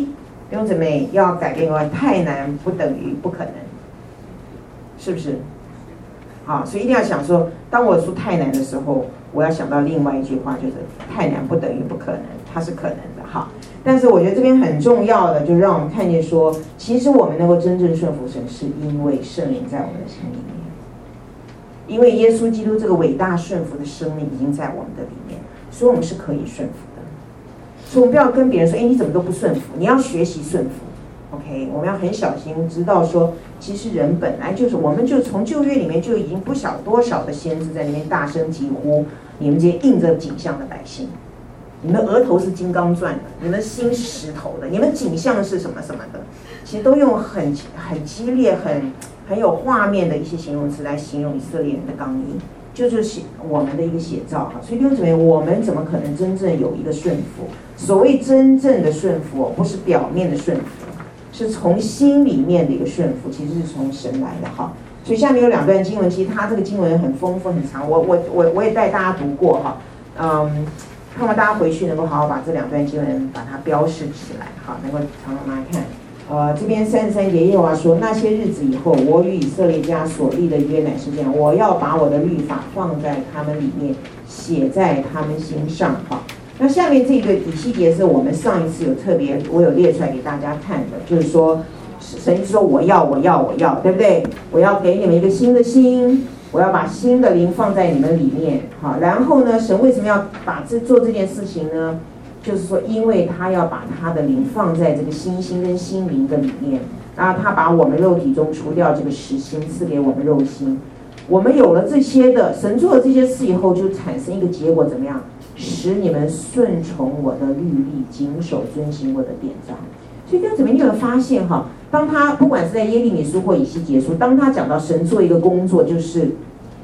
弟兄姊妹，要改变的话，太难不等于不可能，是不是？好，所以一定要想说，当我说太难的时候，我要想到另外一句话，就是太难不等于不可能，它是可能的。好，但是我觉得这边很重要的，就是让我们看见说，其实我们能够真正顺服神，是因为圣灵在我们的心里面，因为耶稣基督这个伟大顺服的生命已经在我们的里面，所以我们是可以顺服的。所以我们不要跟别人说，你怎么都不顺服？你要学习顺服。OK， 我们要很小心，知道说，其实人本来就是，我们就从旧约里面就已经不晓多少的先知在那边大声疾呼，你们这些印着景象的百姓，你们额头是金刚钻的，你们心是石头的，你们景象是什么什么的，其实都用很激烈、很有画面的一些形容词来形容以色列人的刚硬，就是我们的一个写照哈。所以弟兄姊妹，我们怎么可能真正有一个顺服？所谓真正的顺服，不是表面的顺服。是从心里面的一个顺服，其实是从神来的哈。所以下面有2段经文，其实它这个经文很丰富很长，我也带大家读过哈。盼望大家回去能够好好把这2段经文把它标示起来哈，能够常常来看。这边33节耶和华说，那些日子以后，我与以色列家所立的约乃是这样，我要把我的律法放在他们里面，写在他们心上哈。那下面这个以西结是我们上一次有特别，我有列出来给大家看的，就是说神就说我要，对不对？我要给你们一个新的心，我要把新的灵放在你们里面，好，然后呢，神为什么要做这件事情呢？就是说，因为他要把他的灵放在这个新心跟心灵的里面，然后他把我们肉体中除掉这个实心，赐给我们肉心。我们有了这些的，神做了这些事以后，就产生一个结果，怎么样？使你们顺从我的律例，谨守遵行我的典章。所以弟兄姊妹，你有没有发现哈？当他不管是在耶利米书或以西结书，当他讲到神做一个工作，就是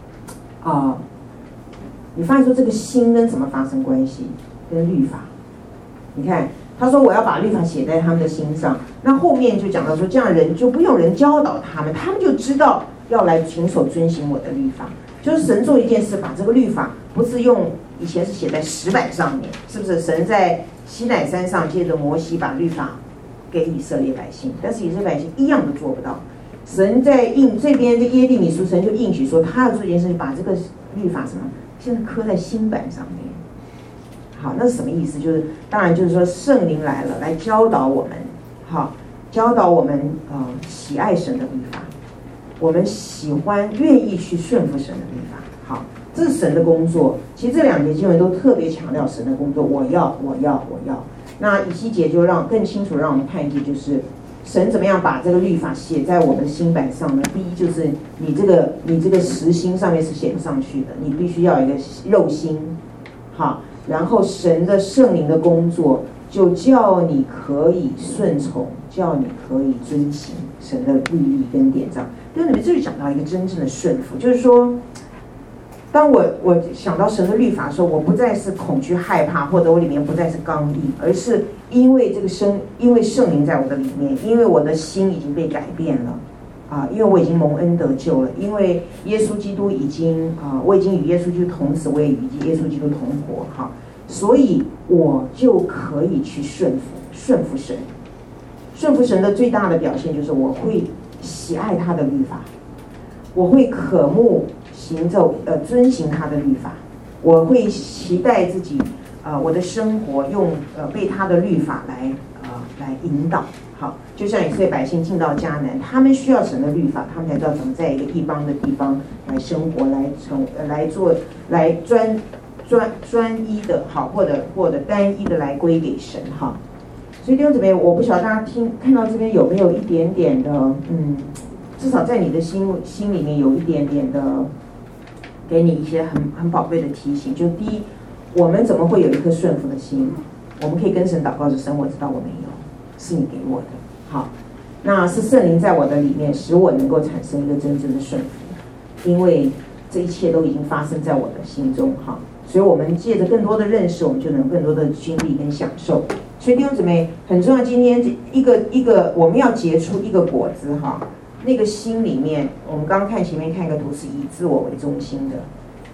你发现说这个心跟什么发生关系？跟律法。你看，他说我要把律法写在他们的心上，那后面就讲到说，这样人就不用人教导他们，他们就知道要来谨守遵行我的律法。就是神做一件事，把这个律法不是用。以前是写在石板上面，是不是？神在西乃山上借着摩西把律法给以色列百姓，但是以色列百姓一样都做不到。神在这边这耶利米书，神就应许说，他要做一件事情，把这个律法什么，现在刻在心板上面。好，那是什么意思？就是当然就是说圣灵来了，来教导我们，好，教导我们喜爱神的律法，我们喜欢愿意去顺服神的律法。好。这是神的工作，其实这2节经文都特别强调神的工作。我要。那以西结就更清楚让我们看见，就是神怎么样把这个律法写在我们的心板上呢？第一就是你这个实心上面是写不上去的，你必须要有一个肉心，好，然后神的圣灵的工作就叫你可以顺从，叫你可以遵行神的律例跟典章。对，你们这里讲到一个真正的顺服，就是说。当我想到神的律法的时候，我不再是恐惧害怕，或者我里面不再是刚硬，而是因为因为圣灵在我的里面，因为我的心已经被改变了因为我已经蒙恩得救了，因为耶稣基督我已经与耶稣基督同死，我也与耶稣基督同活哈，所以我就可以去顺服神。顺服神的最大的表现就是我会喜爱他的律法，我会渴慕遵行他的律法，我会期待自己我的生活用被他的律法来引导。好，就像以色列百姓进到迦南，他们需要神的律法，他们才知道怎么在一个异邦的地方来生活，来专一的好，或者单一的来归给神哈。所以弟兄姊妹，我不晓得大家看到这边有没有一点点的至少在你的心里面有一点点的。给你一些很宝贝的提醒，就第一，我们怎么会有一颗顺服的心？我们可以跟神祷告说，神，我知道我没有，是你给我的。好，那是圣灵在我的里面，使我能够产生一个真正的顺服，因为这一切都已经发生在我的心中哈。所以我们借着更多的认识，我们就能更多的经历跟享受。所以弟兄姊妹很重要，今天一个我们要结出一个果子哈。那个心里面，我们刚刚前面看一个图是以自我为中心的，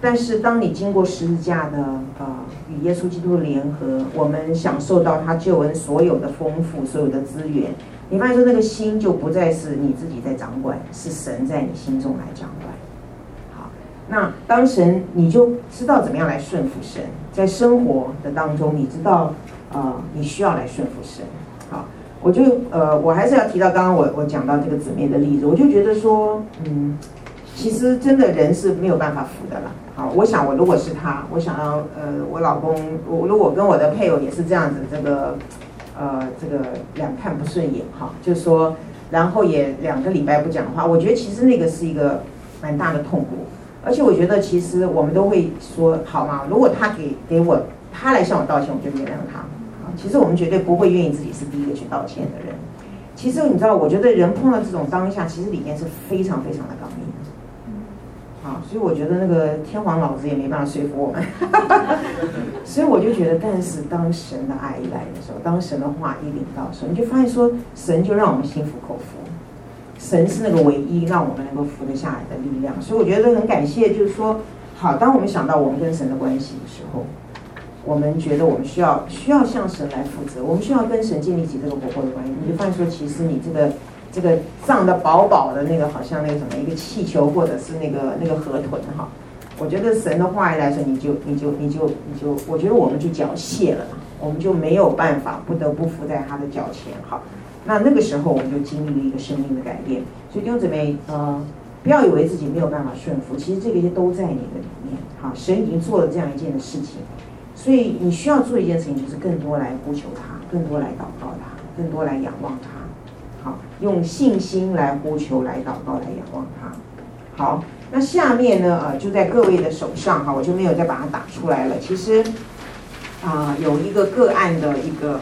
但是当你经过十字架的与耶稣基督的联合，我们享受到他救恩所有的丰富，所有的资源，你发现说那个心就不再是你自己在掌管，是神在你心中来掌管。好，那当神你就知道怎么样来顺服神，在生活的当中你知道你需要来顺服神。好，我还是要提到刚刚我讲到这个姊妹的例子，我就觉得说其实真的人是没有办法服的啦。好，我想我如果是他，我想要我老公，如果跟我的配偶也是这样子，这个两看不顺眼哈，就是说，然后也2个礼拜不讲话，我觉得其实那个是一个蛮大的痛苦。而且我觉得其实我们都会说，好嘛，如果他给我他来向我道歉，我就原谅他。好，其实我们绝对不会愿意自己是第一个去道歉的人。其实你知道，我觉得人碰到这种当下，其实里面是非常非常的刚硬。好，所以我觉得那个天皇老子也没办法说服我们。所以我就觉得，但是当神的爱一来的时候，当神的话一领到的时候，你就发现说，神就让我们心服口服。神是那个唯一让我们能够服得下来的力量。所以我觉得很感谢，就是说，好，当我们想到我们跟神的关系的时候，我们觉得我们需要向神来负责，我们需要跟神建立起这个活泼的关系。你就发现说，其实你这个胀得饱饱的那个，好像那个什么一个气球，或者是那个河豚哈。我觉得神的话一来说，你就，我觉得我们就缴械了嘛，我们就没有办法，不得不服在他的脚前。好，那个时候我们就经历了一个生命的改变。所以弟兄姊妹，不要以为自己没有办法顺服，其实这些都在你的里面。好，神已经做了这样一件的事情，所以你需要做一件事情，就是更多来呼求他，更多来祷告他，更多来仰望他。好，用信心来呼求，来祷告，来仰望他。好，那下面呢，就在各位的手上哈，我就没有再把它打出来了。其实有一个个案的一个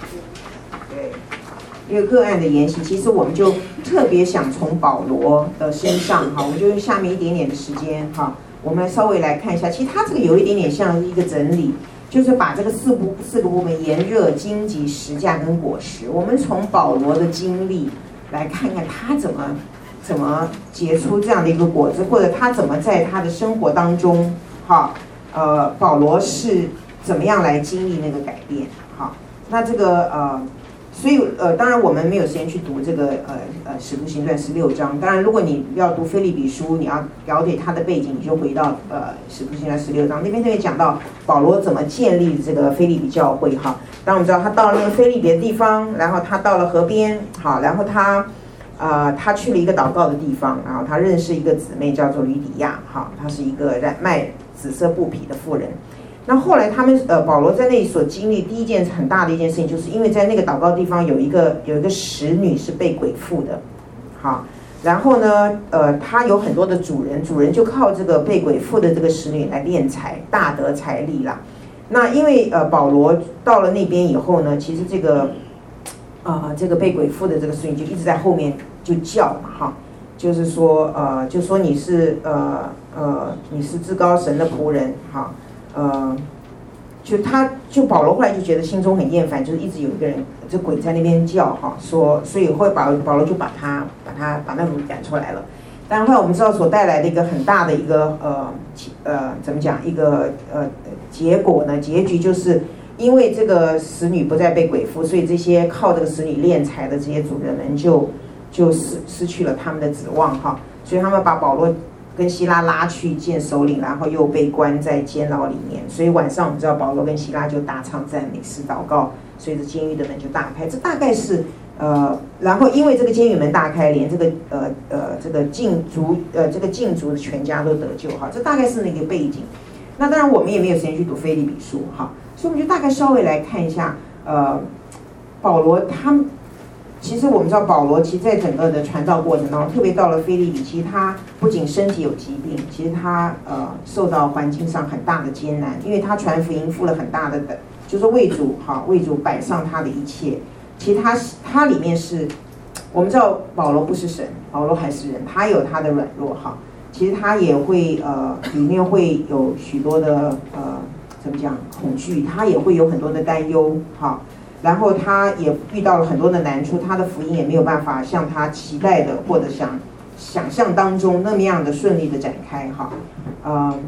个案的研习，其实我们就特别想从保罗的身上哈，我们就用下面一点点的时间哈，我们稍微来看一下。其实他这个有一点点像一个整理。就是把这个四个部门：炎热、荆棘、实价跟果实。我们从保罗的经历来看看他怎么结出这样的一个果子，或者他怎么在他的生活当中，保罗是怎么样来经历那个改变。好，那这个所以当然我们没有时间去读这个使徒行传16章。当然，如果你要读腓立比书，你要了解它的背景，你就回到使徒行传16章那边特别讲到保罗怎么建立这个腓立比教会哈。当我们知道他到了那个腓立比的地方，然后他到了河边，好，然后他去了一个祷告的地方，然后他认识一个姊妹叫做吕底亚，好，她是一个卖紫色布匹的妇人。那后来他们保罗在那里所经历第一件很大的一件事情，就是因为在那个祷告地方有一个使女是被鬼附的，好，然后呢他有很多的主人就靠这个被鬼附的这个使女来敛财，大得财力啦。那因为保罗到了那边以后呢，其实这个被鬼附的这个使女就一直在后面就叫嘛哈，就是说就说你是至高神的仆人哈。就保罗后来就觉得心中很厌烦，就是一直有一个人这鬼在那边叫哈，说，所以后来保罗就把那鬼赶出来了。但后来我们知道所带来的一个很大的一个怎么讲一个结果呢？结局就是因为这个使女不再被鬼附，所以这些靠这个使女敛财的这些主人们就失去了他们的指望哈，所以他们把保罗跟希拉拉去见首领，然后又被关在监牢里面。所以晚上我们知道保罗跟希拉就大唱赞美诗祷告，所以这监狱的门就大开。这大概是然后因为这个监狱门大开，连这个禁足的全家都得救哈。这大概是那个背景。那当然我们也没有时间去读腓立比书哈，所以我们就大概稍微来看一下保罗其实我们知道保罗其实在整个的传道过程当中，特别到了腓立比，其实他不仅身体有疾病，其实他受到环境上很大的艰难，因为他传福音付了很大的就是为主摆上他的一切。其实他里面是我们知道保罗不是神，保罗还是人，他有他的软弱哈。其实他也会里面会有许多的怎么讲恐惧，他也会有很多的担忧哈。然后他也遇到了很多的难处，他的福音也没有办法像他期待的或者想象当中那么样的顺利的展开哈。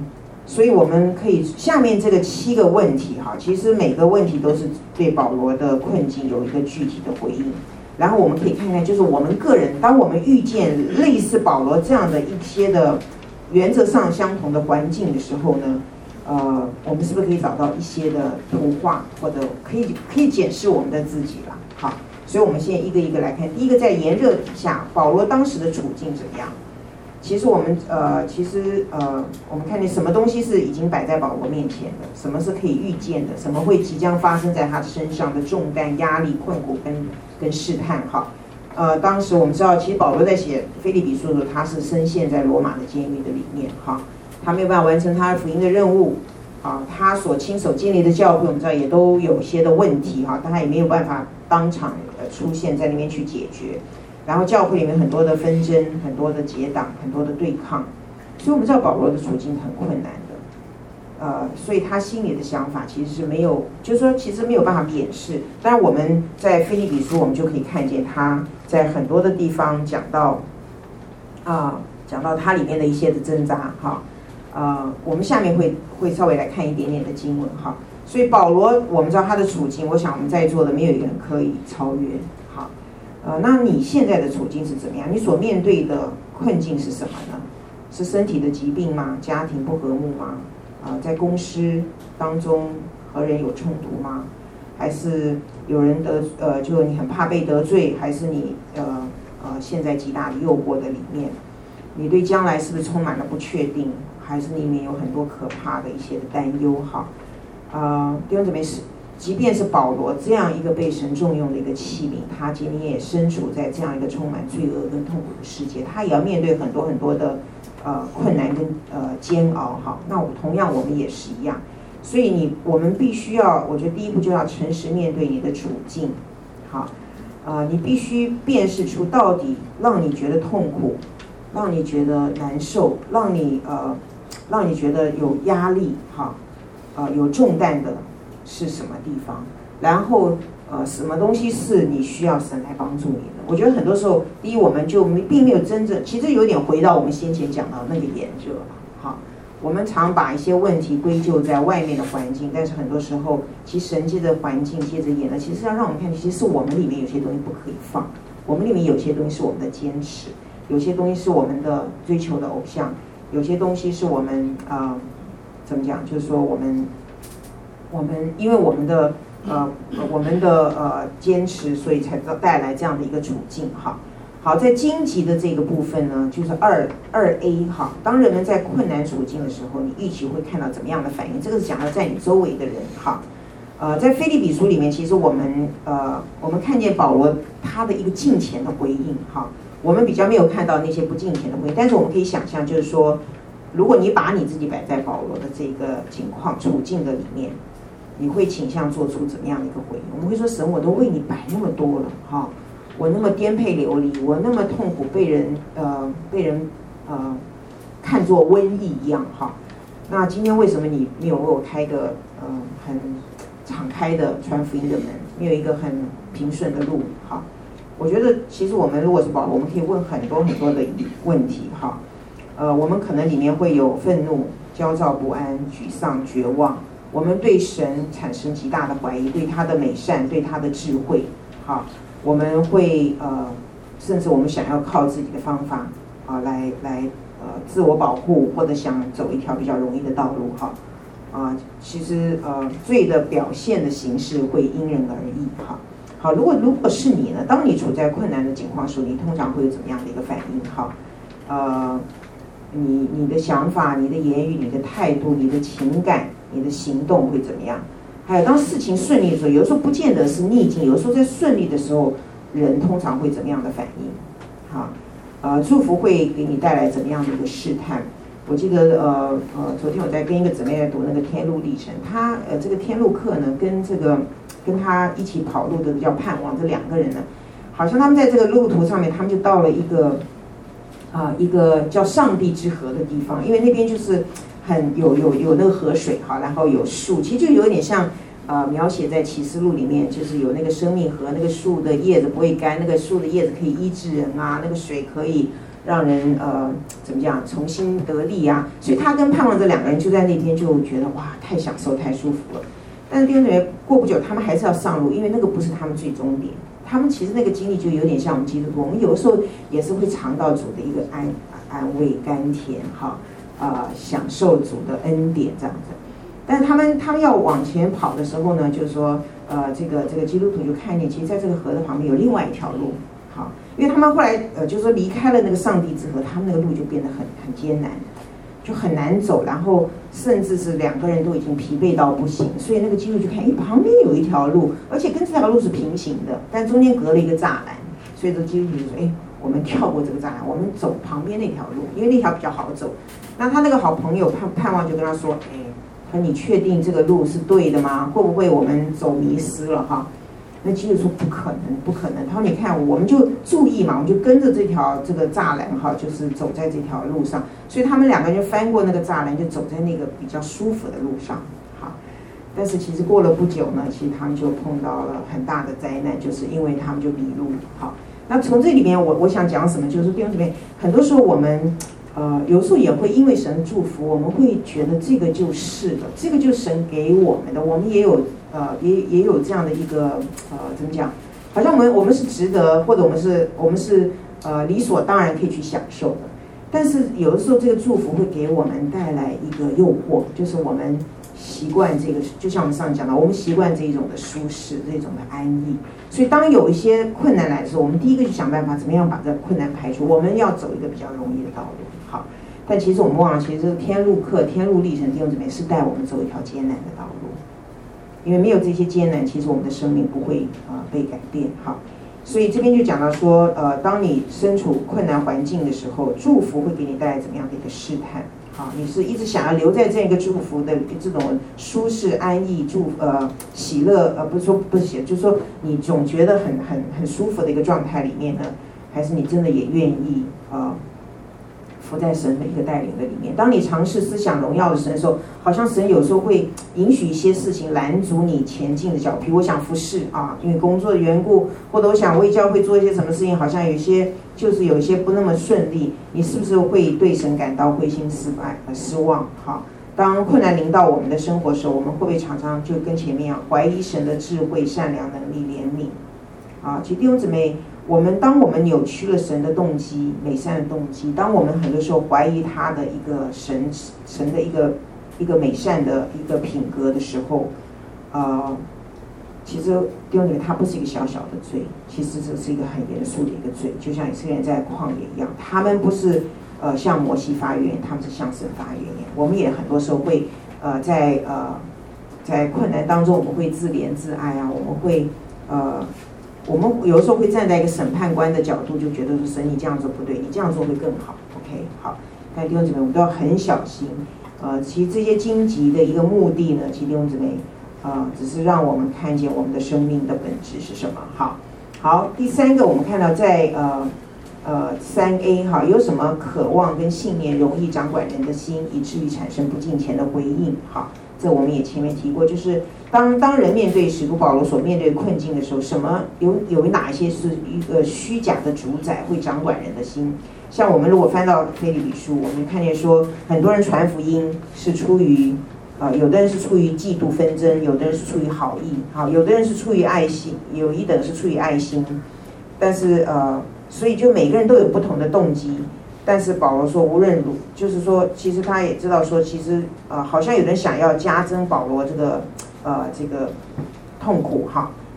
所以我们可以下面这个7个问题哈，其实每个问题都是对保罗的困境有一个具体的回应。然后我们可以看看，就是我们个人，当我们遇见类似保罗这样的一些的原则上相同的环境的时候呢，我们是不是可以找到一些的图画，或者可以检视我们的自己了？好，所以我们现在一个一个来看。第一个，在炎热底下，保罗当时的处境怎么样？其实我们看见什么东西是已经摆在保罗面前的，什么是可以预见的，什么会即将发生在他身上的重担、压力、困苦跟试探。哈，当时我们知道，其实保罗在写腓立比书的时候，他是深陷在罗马的监狱的里面。哈，他没有办法完成他的福音的任务。啊，他所亲手建立的教会，我们知道也都有些的问题。哈，但他也没有办法当场出现在那边去解决。然后教会里面很多的纷争，很多的结党，很多的对抗，所以我们知道保罗的处境很困难的，所以他心里的想法其实是没有，就是说其实没有办法掩饰。当然我们在腓立比书，我们就可以看见他在很多的地方讲到他里面的一些的挣扎哈，我们下面会稍微来看一点点的经文哈。所以保罗我们知道他的处境，我想我们在座的没有一个人可以超越。那你现在的处境是怎么样？你所面对的困境是什么呢？是身体的疾病吗？家庭不和睦吗？在公司当中和人有冲突吗？还是有人就你很怕被得罪？还是你现在极大的诱惑的里面？你对将来是不是充满了不确定？还是里面有很多可怕的一些的担忧？哈，弟兄姊妹即便是保罗这样一个被神重用的一个器皿，他今天也身处在这样一个充满罪恶跟痛苦的世界，他也要面对很多很多的困难跟煎熬。哈，那同样我们也是一样，所以我们必须要，我觉得第一步就要诚实面对你的处境。好，你必须辨识出到底让你觉得痛苦，让你觉得难受，让你觉得有压力，哈，有重担的是什么地方？然后什么东西是你需要神来帮助你的？我觉得很多时候，第一，我们就并没有真正，其实有点回到我们先前讲到那个炎热了。好，我们常把一些问题归咎在外面的环境，但是很多时候，其实神借着环境，借着炎热，其实要让我们看，其实是我们里面有些东西不可以放，我们里面有些东西是我们的坚持，有些东西是我们的追求的偶像，有些东西是我们怎么讲？就是说我们因为我们的坚持，所以才带来这样的一个处境。好，在荆棘的这个部分呢，就是2A 哈。当人们在困难处境的时候，你预期会看到怎么样的反应？这个是讲到在你周围的人哈。在腓立比书里面，其实我们看见保罗他的一个敬虔的回应哈。我们比较没有看到那些不敬虔的回应，但是我们可以想象，就是说，如果你把你自己摆在保罗的这个情况处境的里面，你会倾向做出怎么样的一个回应？我们会说，神，我都为你摆那么多了哈，我那么颠沛流离，我那么痛苦，被人看作瘟疫一样哈。那今天为什么你没有为我开个很敞开的传福音的门，没有一个很平顺的路？哈，我觉得其实我们如果是保罗，我们可以问很多很多的问题哈。我们可能里面会有愤怒、焦躁不安、沮丧、绝望。我们对神产生极大的怀疑，对他的美善，对他的智慧，好，我们会甚至我们想要靠自己的方法来自我保护，或者想走一条比较容易的道路哈。其实罪的表现的形式会因人而异哈。好，如果是你呢，当你处在困难的境况时，你通常会有怎么样的一个反应哈？你的想法、你的言语、你的态度、你的情感、你的行动会怎么样？还有当事情顺利的时候，有的时候不见得是逆境，有的时候在顺利的时候，人通常会怎么样的反应？好，祝福会给你带来怎么样的一个试探？我记得昨天我在跟一个姊妹在读那个天路历程，他这个天路课呢，跟他一起跑路的叫盼望，这2个人呢，好像他们在这个路途上面，他们就到了一个叫上帝之河的地方，因为那边就是很有那个河水哈，然后有树，其实就有点像描写在启示录里面，就是有那个生命河，那个树的叶子不会干，那个树的叶子可以医治人啊，那个水可以让人怎么讲重新得力啊。所以他跟盼望这两个人就在那天就觉得哇，太享受太舒服了。但是弟兄姊妹，过不久他们还是要上路，因为那个不是他们最终点。他们其实那个经历就有点像我们基督徒，我们有的时候也是会尝到主的一个安慰甘甜哈，享受主的恩典这样子。但是他们要往前跑的时候呢，就是说这个基督徒就看见，其实在这个河的旁边有另外一条路，好，因为他们后来就是说离开了那个上帝之河，他们那个路就变得很艰难，就很难走，然后甚至是两个人都已经疲惫到不行，所以那个基督徒就看，旁边有一条路，而且跟这条路是平行的，但中间隔了一个栅栏，所以这基督徒就说，我们跳过这个栅栏，我们走旁边那条路，因为那条比较好走。那他那个好朋友盼望就跟他说，你确定这个路是对的吗？会不会我们走迷失了哈？那基督说不可能，不可能。他说你看，我们就注意嘛，我们就跟着这个栅栏哈，就是走在这条路上。所以他们两个人就翻过那个栅栏，就走在那个比较舒服的路上。好，但是其实过了不久呢，其实他们就碰到了很大的灾难，就是因为他们就迷路。好，那从这里面我想讲什么？就是弟兄姊妹，很多时候我们。有时候也会因为神祝福，我们会觉得这个就是的，这个就是神给我们的，我们也有也有这样的一个怎么讲？好像我们是值得，或者我们是理所当然可以去享受的。但是有的时候这个祝福会给我们带来一个诱惑，就是我们习惯这个，就像我们上次讲到，我们习惯这种的舒适，这种的安逸。所以当有一些困难来的时候，我们第一个就想办法怎么样把这个困难排除，我们要走一个比较容易的道路。好，但其实我们忘了，其实这个天路课、天路历程弟兄姊妹是带我们走一条艰难的道路，因为没有这些艰难，其实我们的生命不会被改变。好，所以这边就讲到说，当你身处困难环境的时候，祝福会给你带来怎么样的一个试探？好，你是一直想要留在这个祝福的这种舒适、安逸、喜乐，不是喜乐，就是说你总觉得很舒服的一个状态里面呢，还是你真的也愿意伏在神的一个带领的里面？当你尝试思想荣耀的神的时候，好像神有时候会允许一些事情拦阻你前进的脚。比如我想服侍因为工作的缘故，或者我想为教会做一些什么事情，好像有一些不那么顺利，你是不是会对神感到灰心失望？好，当困难临到我们的生活的时候，我们会不会常常就跟前面一样，怀疑神的智慧、善良、能力、怜悯？其实弟兄姊妹，当我们扭曲了神的动机、美善的动机，当我们很多时候怀疑他的一个神的一个美善的一个品格的时候，其实弟兄姊妹，它不是一个小小的罪，其实这是一个很严肃的一个罪。就像以色列人在旷野一样，他们不是向摩西发怨言，他们是向神发怨言。我们也很多时候会在困难当中，我们会自怜自哀啊，我们有的时候会站在一个审判官的角度，就觉得说神你这样做不对，你这样做会更好。OK， 好，但弟兄姊妹，我们都要很小心。其实这些荆棘的一个目的呢，其实弟兄姊妹，只是让我们看见我们的生命的本质是什么。好，第三个我们看到在3A 哈，有什么渴望跟信念容易掌管人的心，以至于产生不敬虔的回应？好，这我们也前面提过，就是当人面对使徒保罗所面对困境的时候，有哪一些是一个虚假的主宰会掌管人的心？像我们如果翻到腓立比书，我们看见说，很多人传福音是出于有的人是出于嫉妒纷争，有的人是出于好意，有的人是出于爱心，有一等是出于爱心，但是所以就每个人都有不同的动机。但是保罗说，无论如，就是说，其实他也知道说，其实好像有人想要加增保罗这个痛苦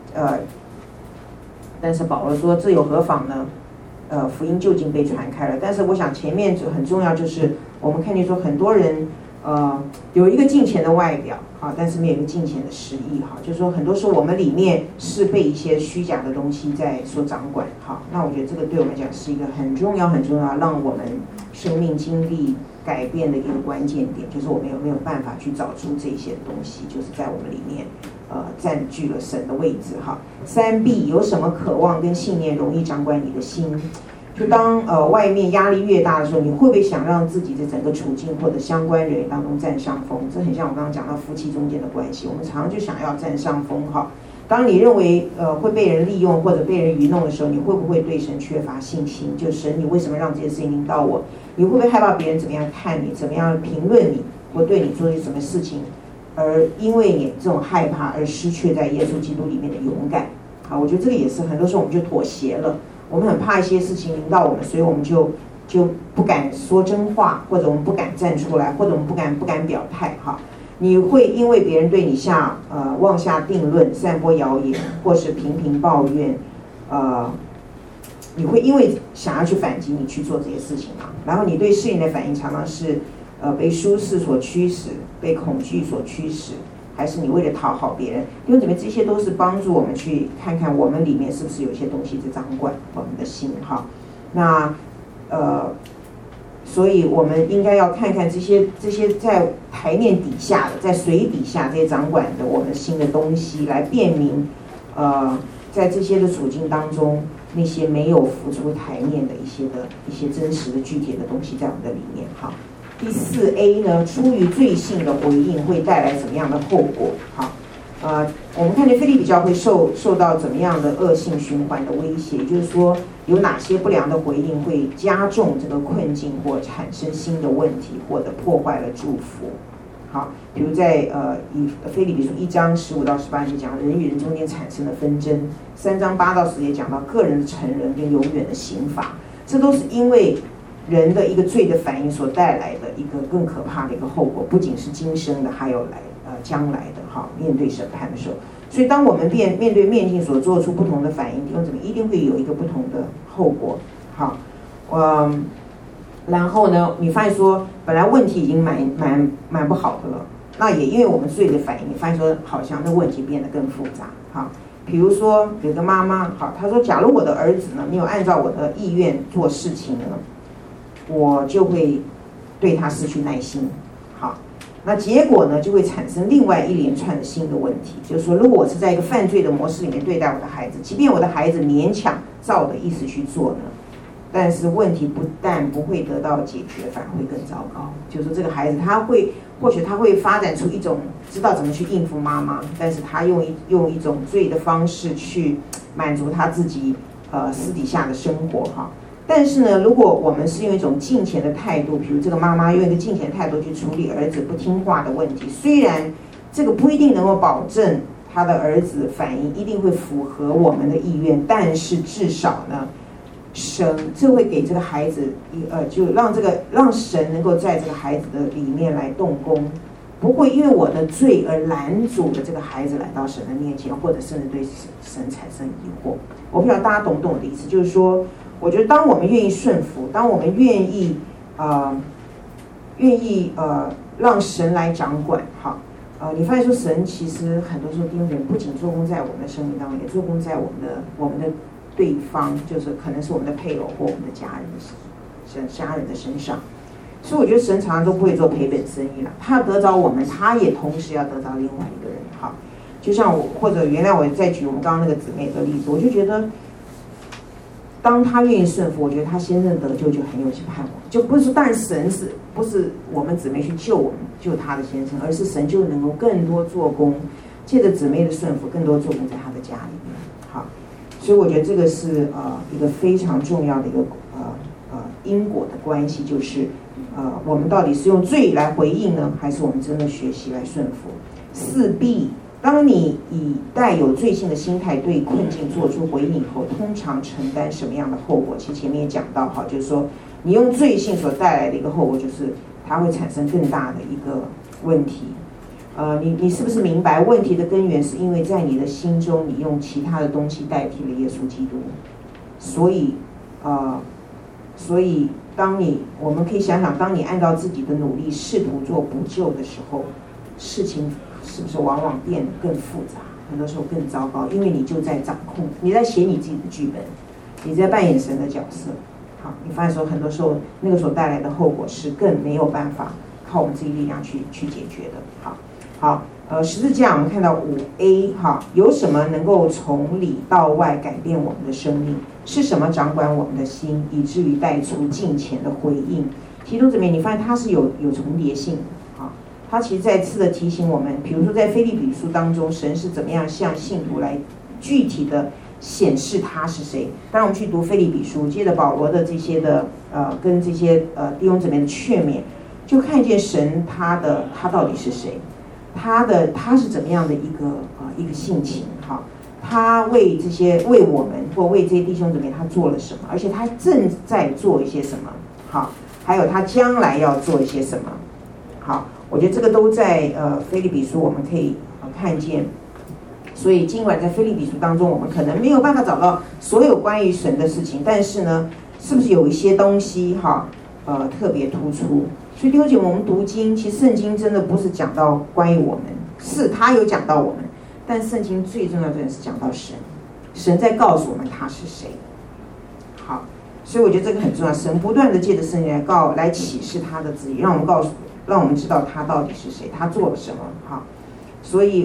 但是保罗说，这又何妨呢？福音究竟被传开了。但是我想前面很重要，就是我们看见说很多人有一个敬虔的外表但是没有一个敬虔的实意就是说很多时候我们里面是被一些虚假的东西在所掌管那我觉得这个对我们讲是一个很重要让我们生命经历改变的一个关键点，就是我们有没有办法去找出这些东西，就是在我们里面占据了神的位置3B 有什么渴望跟信念容易掌管你的心？ 就当外面压力越大的时候，你会不会想让自己的整个处境或者相关人员当中占上风？这很像我刚刚讲到夫妻中间的关系，我们常常就想要占上风哈。当你认为会被人利用或者被人愚弄的时候，你会不会对神缺乏信心？就神，你为什么让这些事情临到我？你会不会害怕别人怎么样看你，怎么样评论你，或对你做些什么事情？而因为你这种害怕而失去在耶稣基督里面的勇敢。好，我觉得这个也是很多时候我们就妥协了，我们很怕一些事情临到我们，所以我们就不敢说真话，或者我们不敢站出来，或者我们不敢表态哈。你会因为别人对你妄下定论、散播谣言，或是频频抱怨，你会因为想要去反击，你去做这些事情嘛？然后你对事情的反应常常是被舒适所驱使，被恐惧所驱使，还是你为了讨好别人？弟兄姊妹，这些都是帮助我们去看看我们里面是不是有些东西在掌管我们的心哈。那所以我们应该要看看这些在台面底下的，在水底下这些掌管的我们心的东西，来辨明在这些的处境当中，那些没有浮出台面的一些真实的具体的东西在我们的里面哈。第4A 呢，出于罪性的回应会带来什么样的后果？好，我们看见腓立比教会受到怎么样的恶性循环的威胁，也就是说，有哪些不良的回应会加重这个困境，或产生新的问题，或者破坏了祝福。好，比如在以腓立比书1章15到18节讲人与人中间产生的纷争，3章8到10节讲到个人的成人跟永远的刑罚，这都是因为人的一个罪的反应所带来的一个更可怕的一个后果，不仅是今生的，还有将来的哈，面对审判的时候。所以当我们面对面境所做出不同的反应，弟兄姊妹一定会有一个不同的后果。好，然后呢，你发现说本来问题已经蛮不好的了，那也因为我们罪的反应，你发现说好像那问题变得更复杂。好，比如说有个妈妈，好，她说假如我的儿子呢没有按照我的意愿做事情呢，我就会对他失去耐心。好，那结果呢就会产生另外一连串的新的问题，就是说如果我是在一个犯罪的模式里面对待我的孩子，即便我的孩子勉强照我的意思去做呢，但是问题不但不会得到解决，反而会更糟糕。就是说这个孩子或许他会发展出一种知道怎么去应付妈妈，但是他用一种罪的方式去满足他自己私底下的生活哈。但是呢，如果我们是用一种敬虔的态度，比如这个妈妈用一个敬虔的态度去处理儿子不听话的问题，虽然这个不一定能够保证他的儿子反应一定会符合我们的意愿，但是至少呢，这会给这个孩子就让神能够在这个孩子的里面来动工，不会因为我的罪而拦阻了这个孩子来到神的面前，或者甚至对神产生疑惑。我不知道大家懂不懂我的意思，就是说我觉得当我们愿意顺服，当我们愿意让神来掌管，好，你发现说神其实很多时候弟兄姐妹不仅做工在我们的生命当中，也做工在我们的对方，就是可能是我们的配偶或我们的家人的身上。所以我觉得神常常都不会做赔本生意了，他得着我们，他也同时要得着另外一个人。好，就像或者原来我再举我们刚刚那个姊妹的例子，我就觉得当他愿意顺服，我觉得他先生得救就很有盼望，就不是说，当然神不是我们姊妹去救他的先生，而是神就能够更多做工，借着姊妹的顺服，更多做工在他的家里面。好，所以我觉得这个是一个非常重要的一个因果的关系，就是我们到底是用罪来回应呢，还是我们真的学习来顺服？4B， 当你以带有罪性的心态对困境做出回应后，通常承担什么样的后果？其实前面也讲到哈，就是说你用罪性所带来的一个后果，就是它会产生更大的一个问题。你是不是明白问题的根源是因为在你的心中你用其他的东西代替了耶稣基督？所以我们可以想想，当你按照自己的努力试图做补救的时候，事情是不是往往变得更复杂，很多时候更糟糕？因为你就在掌控，你在写你自己的剧本，你在扮演神的角色。好，你发现说很多时候那个所带来的后果是更没有办法靠我们自己力量去解决的。好， 好，十字架我们看到5A 哈，有什么能够从里到外改变我们的生命？是什么掌管我们的心，以至于带出敬虔的回应？其中这边你发现它是有重叠性的。他其实再次的提醒我们，比如说在腓立比书当中，神是怎么样向信徒来具体的显示他是谁。当然我们去读腓立比书，接着保罗的这些的跟这些弟兄姊妹的劝勉，就看见神他到底是谁，他是怎么样的一个性情哈，他为我们或为这些弟兄姊妹他做了什么，而且他正在做一些什么，好，还有他将来要做一些什么，好。我觉得这个都在腓立比书我们可以看见，所以尽管在腓立比书当中我们可能没有办法找到所有关于神的事情，但是呢，是不是有一些东西特别突出？所以弟兄姐妹，我们读经，其实圣经真的不是讲到关于我们，是他有讲到我们，但圣经最重要的是讲到神，神在告诉我们他是谁。好，所以我觉得这个很重要，神不断的借着圣经来启示他的旨意，让我们知道他到底是谁，他做了什么。好，所以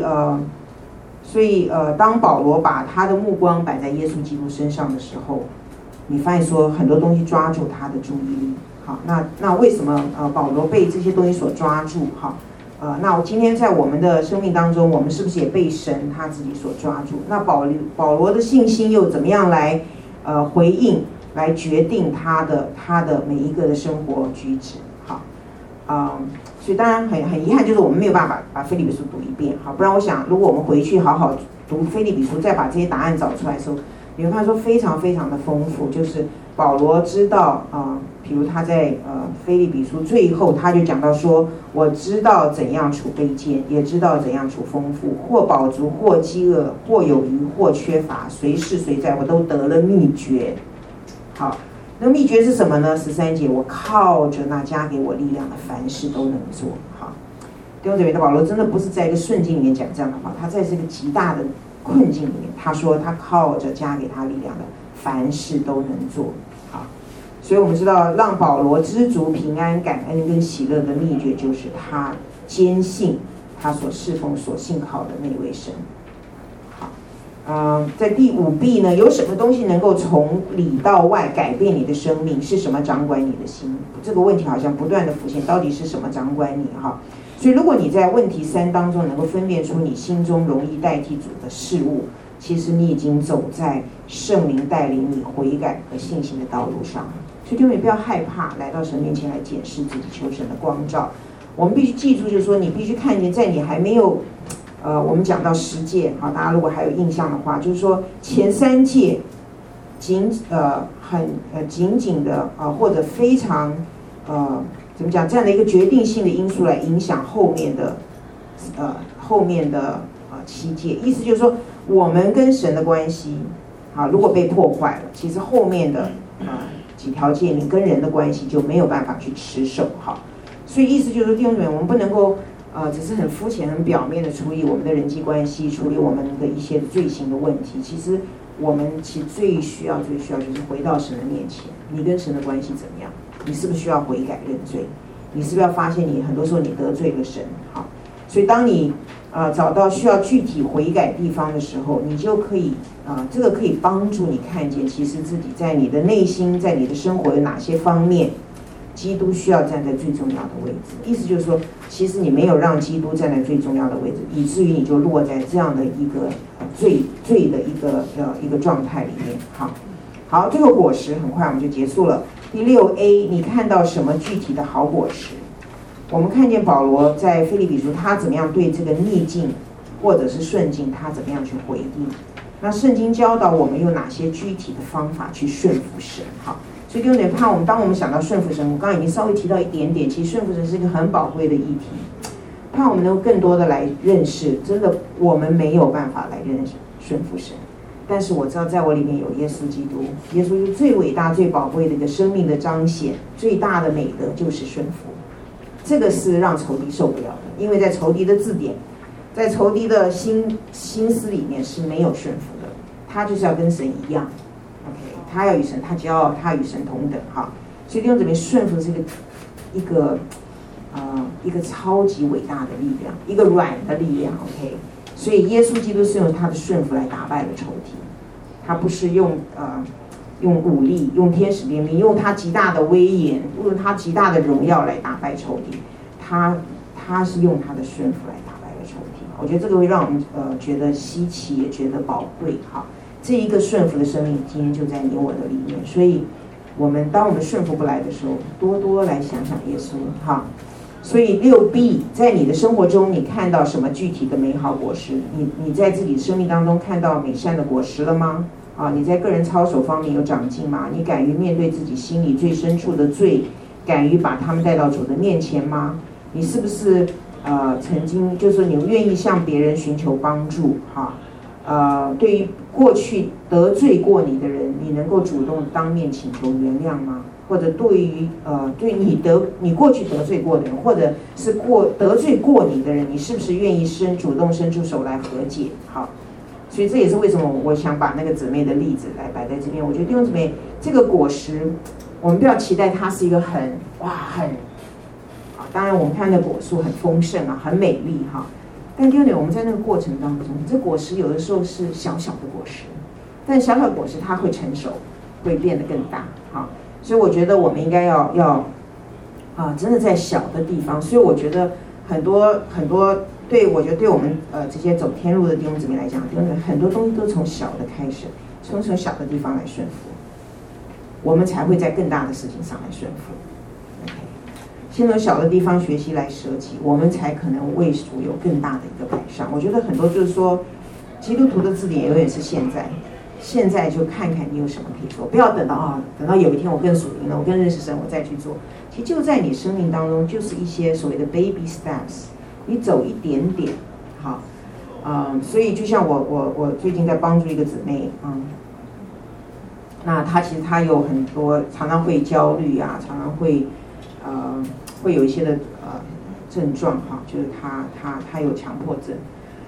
当保罗把他的目光摆在耶稣基督身上的时候，你发现说很多东西抓住他的注意力。好，那为什么保罗被这些东西所抓住？好，那今天在我们的生命当中，我们是不是也被神他自己所抓住？那保罗的信心又怎么样来回应，来决定他的每一个的生活举止？所以当然很遗憾，就是我们没有办法把腓立比书读一遍，好，不然我想如果我们回去好好读腓立比书，再把这些答案找出来的时候，你会发现说非常非常的丰富。就是保罗知道比如他在腓立比书最后他就讲到说，我知道怎样处卑贱，也知道怎样处丰富，或饱足，或饥饿，或有余，或缺乏，随是随在，我都得了秘诀。好。那秘诀是什么呢？13节，我靠着那加给我力量的，凡事都能做。好，弟兄姊妹，的保罗真的不是在一个顺境里面讲这样的话，他在这个极大的困境里面，他说他靠着加给他力量的，凡事都能做。好，所以我们知道让保罗知足平安感恩跟喜乐的秘诀，就是他坚信他所侍奉所信靠的那位神。在第5B 呢，有什么东西能够从里到外改变你的生命？是什么掌管你的心？这个问题好像不断的浮现，到底是什么掌管你？哈，所以如果你在问题3当中能够分辨出你心中容易代替主的事物，其实你已经走在圣灵带领你悔改和信心的道路上。所以弟兄们不要害怕来到神面前来检视自己，求神的光照。我们必须记住，就是说你必须看见，在你还没有我们讲到10诫，好，大家如果还有印象的话，就是说前3诫很紧紧的或者非常怎么讲，这样的一个决定性的因素来影响后面的7诫。意思就是说，我们跟神的关系如果被破坏了，其实后面的几条诫你跟人的关系就没有办法去持守。好，所以意思就是说，弟兄姊妹，我们不能够只是很肤浅、很表面的处理我们的人际关系，处理我们的一些罪行的问题。其实我们最需要就是回到神的面前，你跟神的关系怎么样？你是不是需要悔改认罪？你是不是要发现你很多时候你得罪了神？好，所以当你找到需要具体悔改地方的时候，你就可以这个可以帮助你看见，其实自己在你的内心，在你的生活有哪些方面，基督需要站在最重要的位置。意思就是说，其实你没有让基督站在最重要的位置，以至于你就落在这样的一个罪的一个状态里面。好，这个果实很快我们就结束了。第6A， 你看到什么具体的好果实？我们看见保罗在腓立比书，他怎么样对这个逆境或者是顺境，他怎么样去回应？那圣经教导我们有哪些具体的方法去顺服神？好，所以弟兄姐妹，当我们想到顺服神，我刚刚已经稍微提到一点点，其实顺服神是一个很宝贵的议题。盼我们能够更多的来认识，真的我们没有办法来认识顺服神，但是我知道在我里面有耶稣基督，耶稣是最伟大、最宝贵的一个生命的彰显，最大的美德就是顺服。这个是让仇敌受不了的，因为在仇敌的字典，在仇敌的心思里面是没有顺服的，他就是要跟神一样 ，OK， 他要与神，他骄傲，他与神同等，哈。所以弟兄姊妹，顺服是一个一个超级伟大的力量，一个软的力量 ，OK。所以耶稣基督是用他的顺服来打败了仇敌，他不是用武力，用天使怜悯，用他极大的威严，用他极大的荣耀来打败仇敌，他是用他的顺服来打败了仇敌。我觉得这个会让我们觉得稀奇，也觉得宝贵哈。这一个顺服的生命，今天就在你我的里面，所以当我们顺服不来的时候，多多来想想耶稣哈。所以6B， 在你的生活中，你看到什么具体的美好果实？你在自己的生命当中看到美善的果实了吗？你在个人操守方面有长进吗？你敢于面对自己心里最深处的罪，敢于把他们带到主的面前吗？你是不是曾经就是你愿意向别人寻求帮助哈？对于过去得罪过你的人，你能够主动当面请求原谅吗？或者对于对你过去得罪过的人，或者是得罪过你的人，你是不是愿意主动伸出手来和解？好，所以这也是为什么我想把那个姊妹的例子来摆在这边。我觉得弟兄姊妹，这个果实，我们不要期待它是一个当然我们看那果树很丰盛啊，很美丽哈。但弟兄姊妹，我们在那个过程当中，这果实有的时候是小小的果实，但小小的果实它会成熟，会变得更大哈。所以我觉得我们应该要真的在小的地方。所以我觉得很多我觉得对我们这些走天路的弟兄姊妹来讲，很多东西都从小的开始，从小的地方来顺服，我们才会在更大的事情上来顺服。OK， 先从小的地方学习来舍己，我们才可能为主有更大的一个改善。我觉得很多就是说，基督徒的字典永远是现在就看看你有什么可以做，不要等到有一天我更属灵了，我更认识神，我再去做。其实就在你生命当中，就是一些所谓的 baby steps， 你走一点点，好，所以就像我最近在帮助一个姊妹，那她其实她有很多常常会焦虑啊，常常会有一些的症状哈，就是她有强迫症。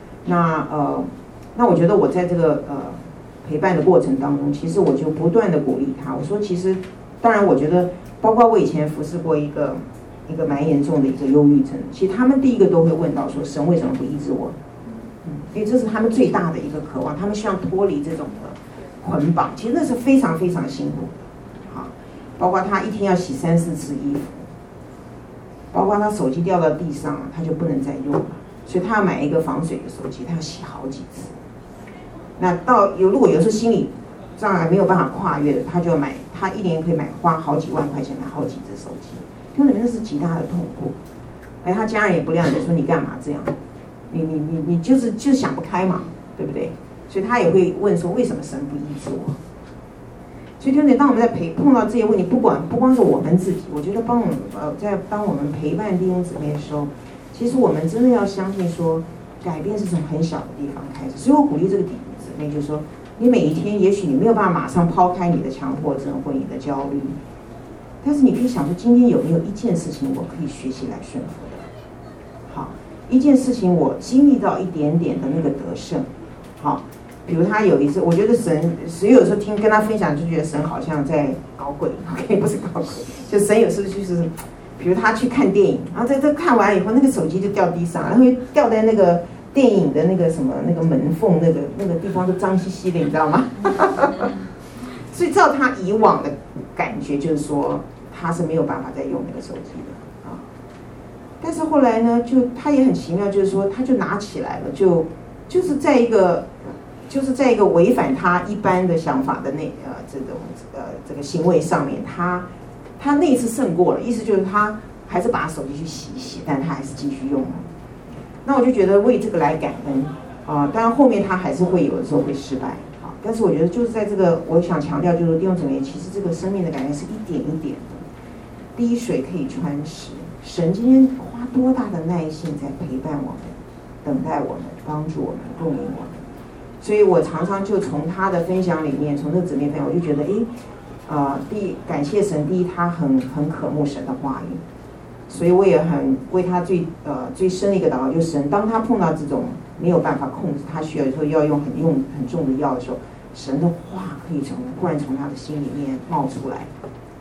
那我觉得我在这个陪伴的过程当中，其实我就不断的鼓励他。我说，其实，当然，我觉得，包括我以前服侍过一个蛮严重的一个忧郁症，其实他们第一个都会问到说，神为什么不医治我？因为这是他们最大的一个渴望，他们希望脱离这种的捆绑。其实那是非常非常辛苦的，包括他一天要洗3、4次衣服，包括他手机掉到地上了，他就不能再用了，所以他要买一个防水的手机，他要洗好几次。那如果有时候心理障碍没有办法跨越的，他就买，他一年可以花好几万块钱买好几只手机，因为那是极大的痛苦。他家人也不谅解，说你干嘛这样？你就是想不开嘛，对不对？所以他也会问说，为什么神不医治我？所以弟兄姊妹，当我们在碰到这些问题，不光是我们自己，我觉得当我们陪伴弟兄姊妹的时候，其实我们真的要相信说，改变是从很小的地方开始。所以我鼓励这个姊妹，就是说，你每一天，也许你没有办法马上抛开你的强迫症或你的焦虑，但是你可以想说，今天有没有一件事情我可以学习来顺服的？好，一件事情我经历到一点点的那个得胜，好，比如他有一次，我觉得神有时候跟他分享，就觉得神好像在搞鬼 ，OK， 不是搞鬼，就神有时候就是，比如他去看电影，然后在这看完以后，那个手机就掉地上，然后掉在那个电影的那个什么那个门缝那个地方都脏兮兮的，你知道吗？所以照他以往的感觉，就是说他是没有办法再用那个手机的啊。但是后来呢，就他也很奇妙，就是说他就拿起来了，就是在一个违反他一般的想法的这个行为上面，他那一次胜过了，意思就是他还是把手机去洗一洗，但他还是继续用了。那我就觉得为这个来感恩当然后面他还是会有的时候会失败但是我觉得就是在这个，我想强调就是弟兄姊妹，其实这个生命的改变是一点一点的，滴水可以穿石。神今天花多大的耐心在陪伴我们、等待我们、帮助我们、供应我们。所以我常常就从他的分享里面，从这个姊妹分享，我就觉得感谢神，第一他很渴慕神的话语，所以我也很为他最深的一个祷告，就是神当他碰到这种没有办法控制，他需要说要用很重的药的时候，神的话可以忽然从他的心里面冒出来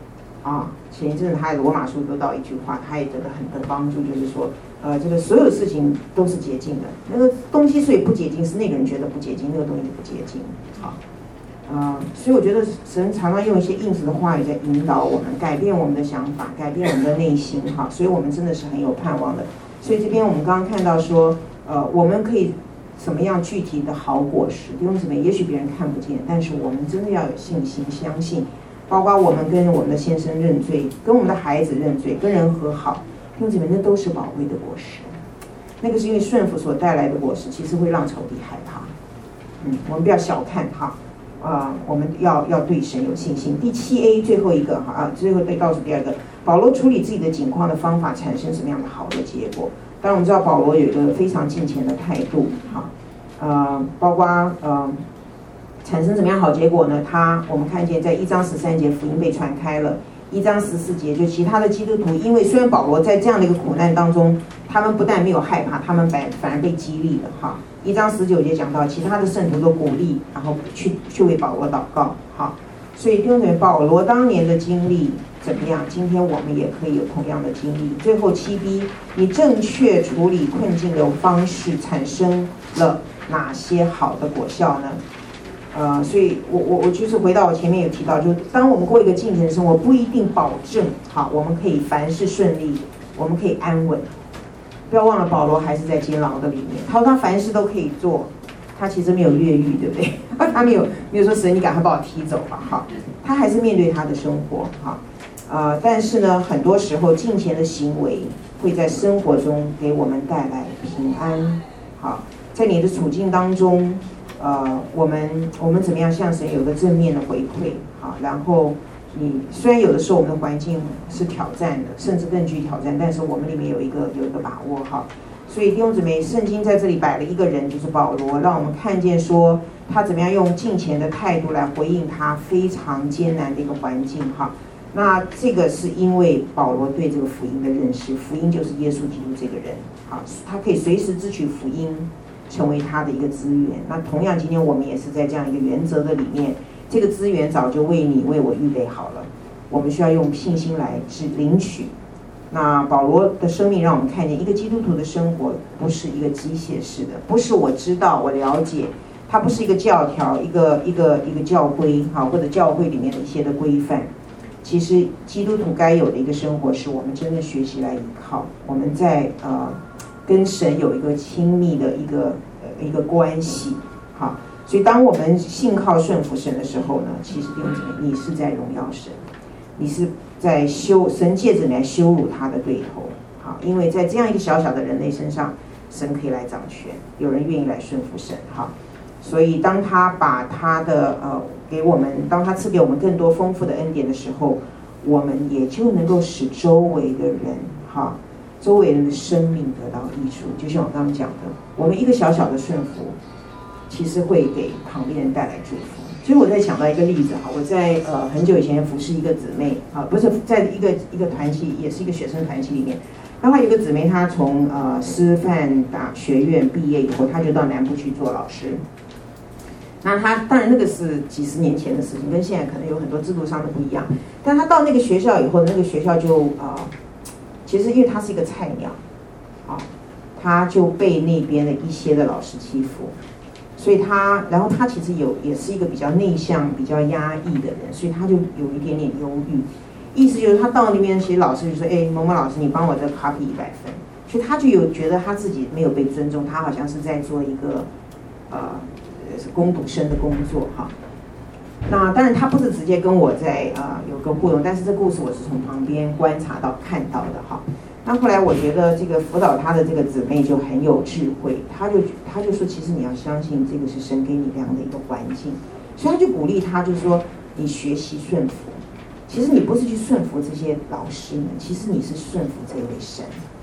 前一阵子他在罗马书得到一句话，他也得到很的帮助，就是说，这个所有事情都是洁净的，那个东西所以不洁净，是那个人觉得不洁净，那个东西不洁净。所以我觉得神常常用一些应时的话语在引导我们，改变我们的想法，改变我们的内心，所以我们真的是很有盼望的。所以这边我们刚刚看到说，我们可以什么样具体的好果实，弟兄姊妹，也许别人看不见，但是我们真的要有信心，相信，包括我们跟我们的先生认罪，跟我们的孩子认罪，跟人和好，弟兄姊妹，那都是宝贵的果实。那个是因为顺服所带来的果实，其实会让仇敌害怕。我们不要小看它。我们要对神有信心。第7A 最后一个最后倒数第二个，保罗处理自己的境况的方法产生什么样的好的结果？当然我们知道保罗有一个非常敬虔的态度，包括产生怎么样好结果呢？我们看见在1章13节福音被传开了，1章14节就其他的基督徒，因为虽然保罗在这样的一个苦难当中，他们不但没有害怕，他们反而被激励了1章19节讲到，其他的圣徒都鼓励，然后去为保罗祷告。所以弟兄姊妹，保罗当年的经历怎么样？今天我们也可以有同样的经历。最后7B，你正确处理困境的方式产生了哪些好的果效呢？所以我就是回到我前面有提到，就是当我们过一个敬虔的生活，不一定保证我们可以凡事顺利，我们可以安稳。不要忘了，保罗还是在监牢的里面，他说他凡事都可以做，他其实没有越狱，对不对？他没有说神你赶快把我踢走吧，他还是面对他的生活，但是呢，很多时候敬虔的行为会在生活中给我们带来平安，在你的处境当中，我们怎么样向神有个正面的回馈，然后你虽然有的时候我们的环境是挑战的，甚至更具挑战，但是我们里面有一个把握所以弟兄姊妹，圣经在这里摆了一个人，就是保罗，让我们看见说他怎么样用敬虔的态度来回应他非常艰难的一个环境那这个是因为保罗对这个福音的认识，福音就是耶稣基督这个人他可以随时支取福音，成为他的一个资源。那同样，今天我们也是在这样一个原则的里面。这个资源早就为你为我预备好了，我们需要用信心来领取。那保罗的生命让我们看见，一个基督徒的生活不是一个机械式的，不是我知道我了解，它不是一个教条，一个教规或者教会里面的一些的规范。其实基督徒该有的一个生活，是我们真的学习来依靠，我们在跟神有一个亲密的一个关系所以当我们信靠顺服神的时候呢，其实弟兄姊妹，你是在荣耀神，你是在神借着你来羞辱他的对头因为在这样一个小小的人类身上，神可以来掌权，有人愿意来顺服神所以当他把他的给我们，当他赐给我们更多丰富的恩典的时候，我们也就能够使周围的人周围人的生命得到益处。就像我刚刚讲的，我们一个小小的顺服，其实会给旁边人带来祝福。所以我在想到一个例子我在很久以前服侍一个姊妹不是在一个团契，也是一个学生团契里面。然后有一个姊妹，她从师范大学院毕业以后，她就到南部去做老师。那她当然那个是几十年前的事情，跟现在可能有很多制度上的不一样。但她到那个学校以后，那个学校就其实因为她是一个菜鸟她就被那边的一些的老师欺负。所以然后他其实也是一个比较内向、比较压抑的人，所以他就有一点点忧郁。意思就是他到那边，其实老师就说：“某某老师，你帮我这 copy 100分。”所以他就有觉得他自己没有被尊重，他好像是在做一个工读生的工作那当然他不是直接跟我在有个互动，但是这故事我是从旁边观察到看到的那后来我觉得这个辅导他的这个姊妹就很有智慧，他就说，其实你要相信这个是神给你这样的一个环境，所以他就鼓励他，就是说你学习顺服。其实你不是去顺服这些老师们，其实你是顺服这位神。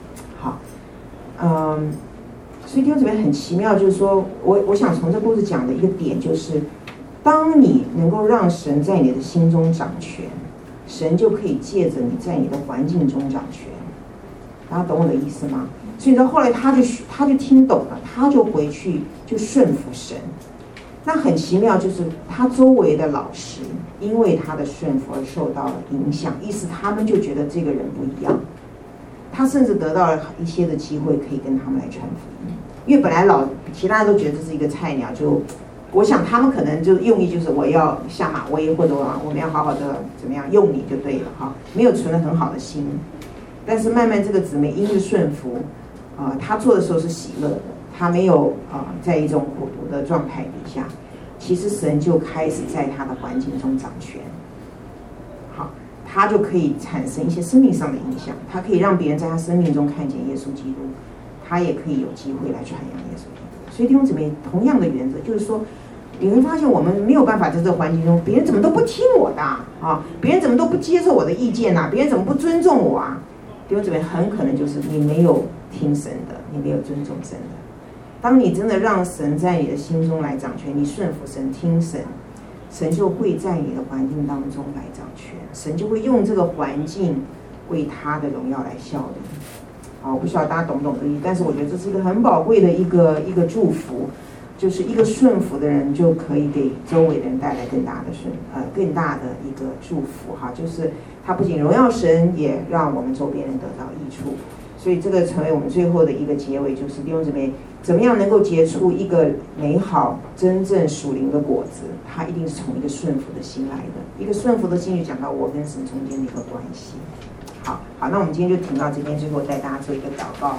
所以弟兄姊妹很奇妙，就是说我想从这故事讲的一个点就是，当你能够让神在你的心中掌权，神就可以借着你在你的环境中掌权。大家懂我的意思吗？所以到后来他就听懂了，他就回去就顺服神。 那很奇妙，就是他周围的老师因为他的顺服而受到了影响，意思他们就觉得这个人不一样，他甚至得到了一些的机会可以跟他们来传福音，因为本来其他人都觉得这是一个菜鸟，就我想他们可能就用意就是我要下马威，或者我们要好好的怎么样用你就对了哈，没有存了很好的心。但是慢慢这个姊妹因着顺服，她做的时候是喜乐的，她没有在一种苦毒的状态底下，其实神就开始在她的环境中掌权。好，她就可以产生一些生命上的影响，她可以让别人在她生命中看见耶稣基督，她也可以有机会来传扬耶稣基督。所以弟兄姊妹，同样的原则就是说，你会发现我们没有办法在这个环境中，别人怎么都不听我的啊，别人怎么都不接受我的意见啊，别人怎么不尊重我啊？弟兄姊妹，很可能就是你没有听神的，你没有尊重神的。当你真的让神在你的心中来掌权，你顺服神、听神，神就会在你的环境当中来掌权，神就会用这个环境为他的荣耀来效力。我不知道大家懂不懂这个意思，但是我觉得这是一个很宝贵的一个祝福，就是一个顺服的人就可以给周围的人带来更大的一个祝福哈，就是他不仅荣耀神，也让我们周边人得到益处。所以这个成为我们最后的一个结尾，就是弟兄姊妹怎么样能够结出一个美好真正属灵的果子，它一定是从一个顺服的心来的。一个顺服的心就讲到我跟神中间的一个关系。好，那我们今天就停到这边，最后带大家做一个祷告。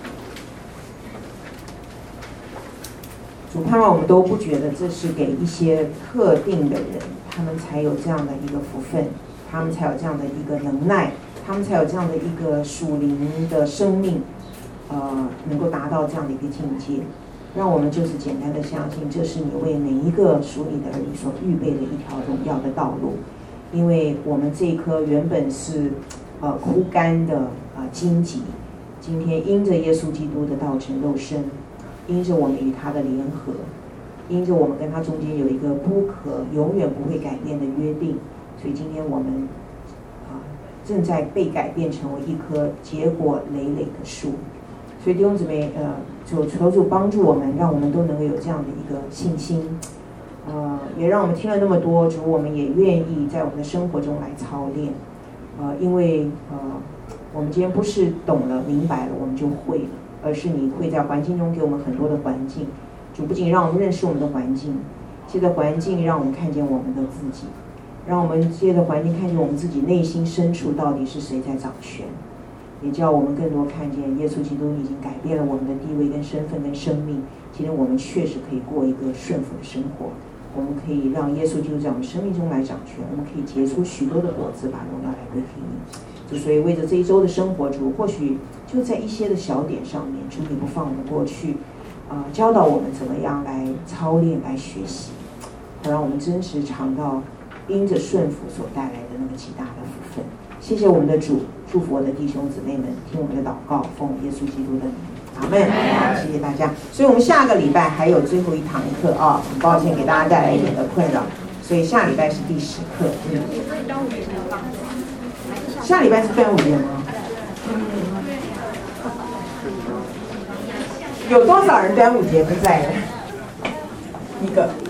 主，盼望我们都不觉得这是给一些特定的人，他们才有这样的一个福分，他们才有这样的一个能耐，他们才有这样的一个属灵的生命，能够达到这样的一个境界。让我们就是简单的相信，这是你为每一个属你的儿女所预备的一条荣耀的道路。因为我们这一颗原本是枯干的荆棘，今天因着耶稣基督的道成肉身，因着我们与他的联合，因着我们跟他中间有一个不可永远不会改变的约定，所以今天我们正在被改变成为一棵结果累累的树。所以弟兄姊妹，求主帮助我们，让我们都能够有这样的一个信心，也让我们听了那么多，主我们也愿意在我们的生活中来操练，因为我们今天不是懂了明白了我们就会了，而是你会在环境中给我们很多的环境，主不仅让我们认识我们的环境，借着环境让我们看见我们的自己，让我们借着环境看见我们自己内心深处到底是谁在掌权，也叫我们更多看见耶稣基督已经改变了我们的地位跟身份跟生命。今天我们确实可以过一个顺服的生活，我们可以让耶稣基督在我们生命中来掌权，我们可以结出许多的果子，把荣耀来归给你。就所以为着这一周的生活，主或许就在一些的小点上面，主你不放我们过去，教导我们怎么样来操练来学习，让我们真实尝到因着顺服所带来的那个极大的福分。谢谢我们的主，祝福我的弟兄姊妹们，听我们的祷告，奉耶稣基督的名，阿们。好，谢谢大家。所以我们下个礼拜还有最后一堂课很抱歉给大家带来一点的困扰，所以下礼拜是第10课。下礼拜是端午节吗？有多少人端午节不在的？一个。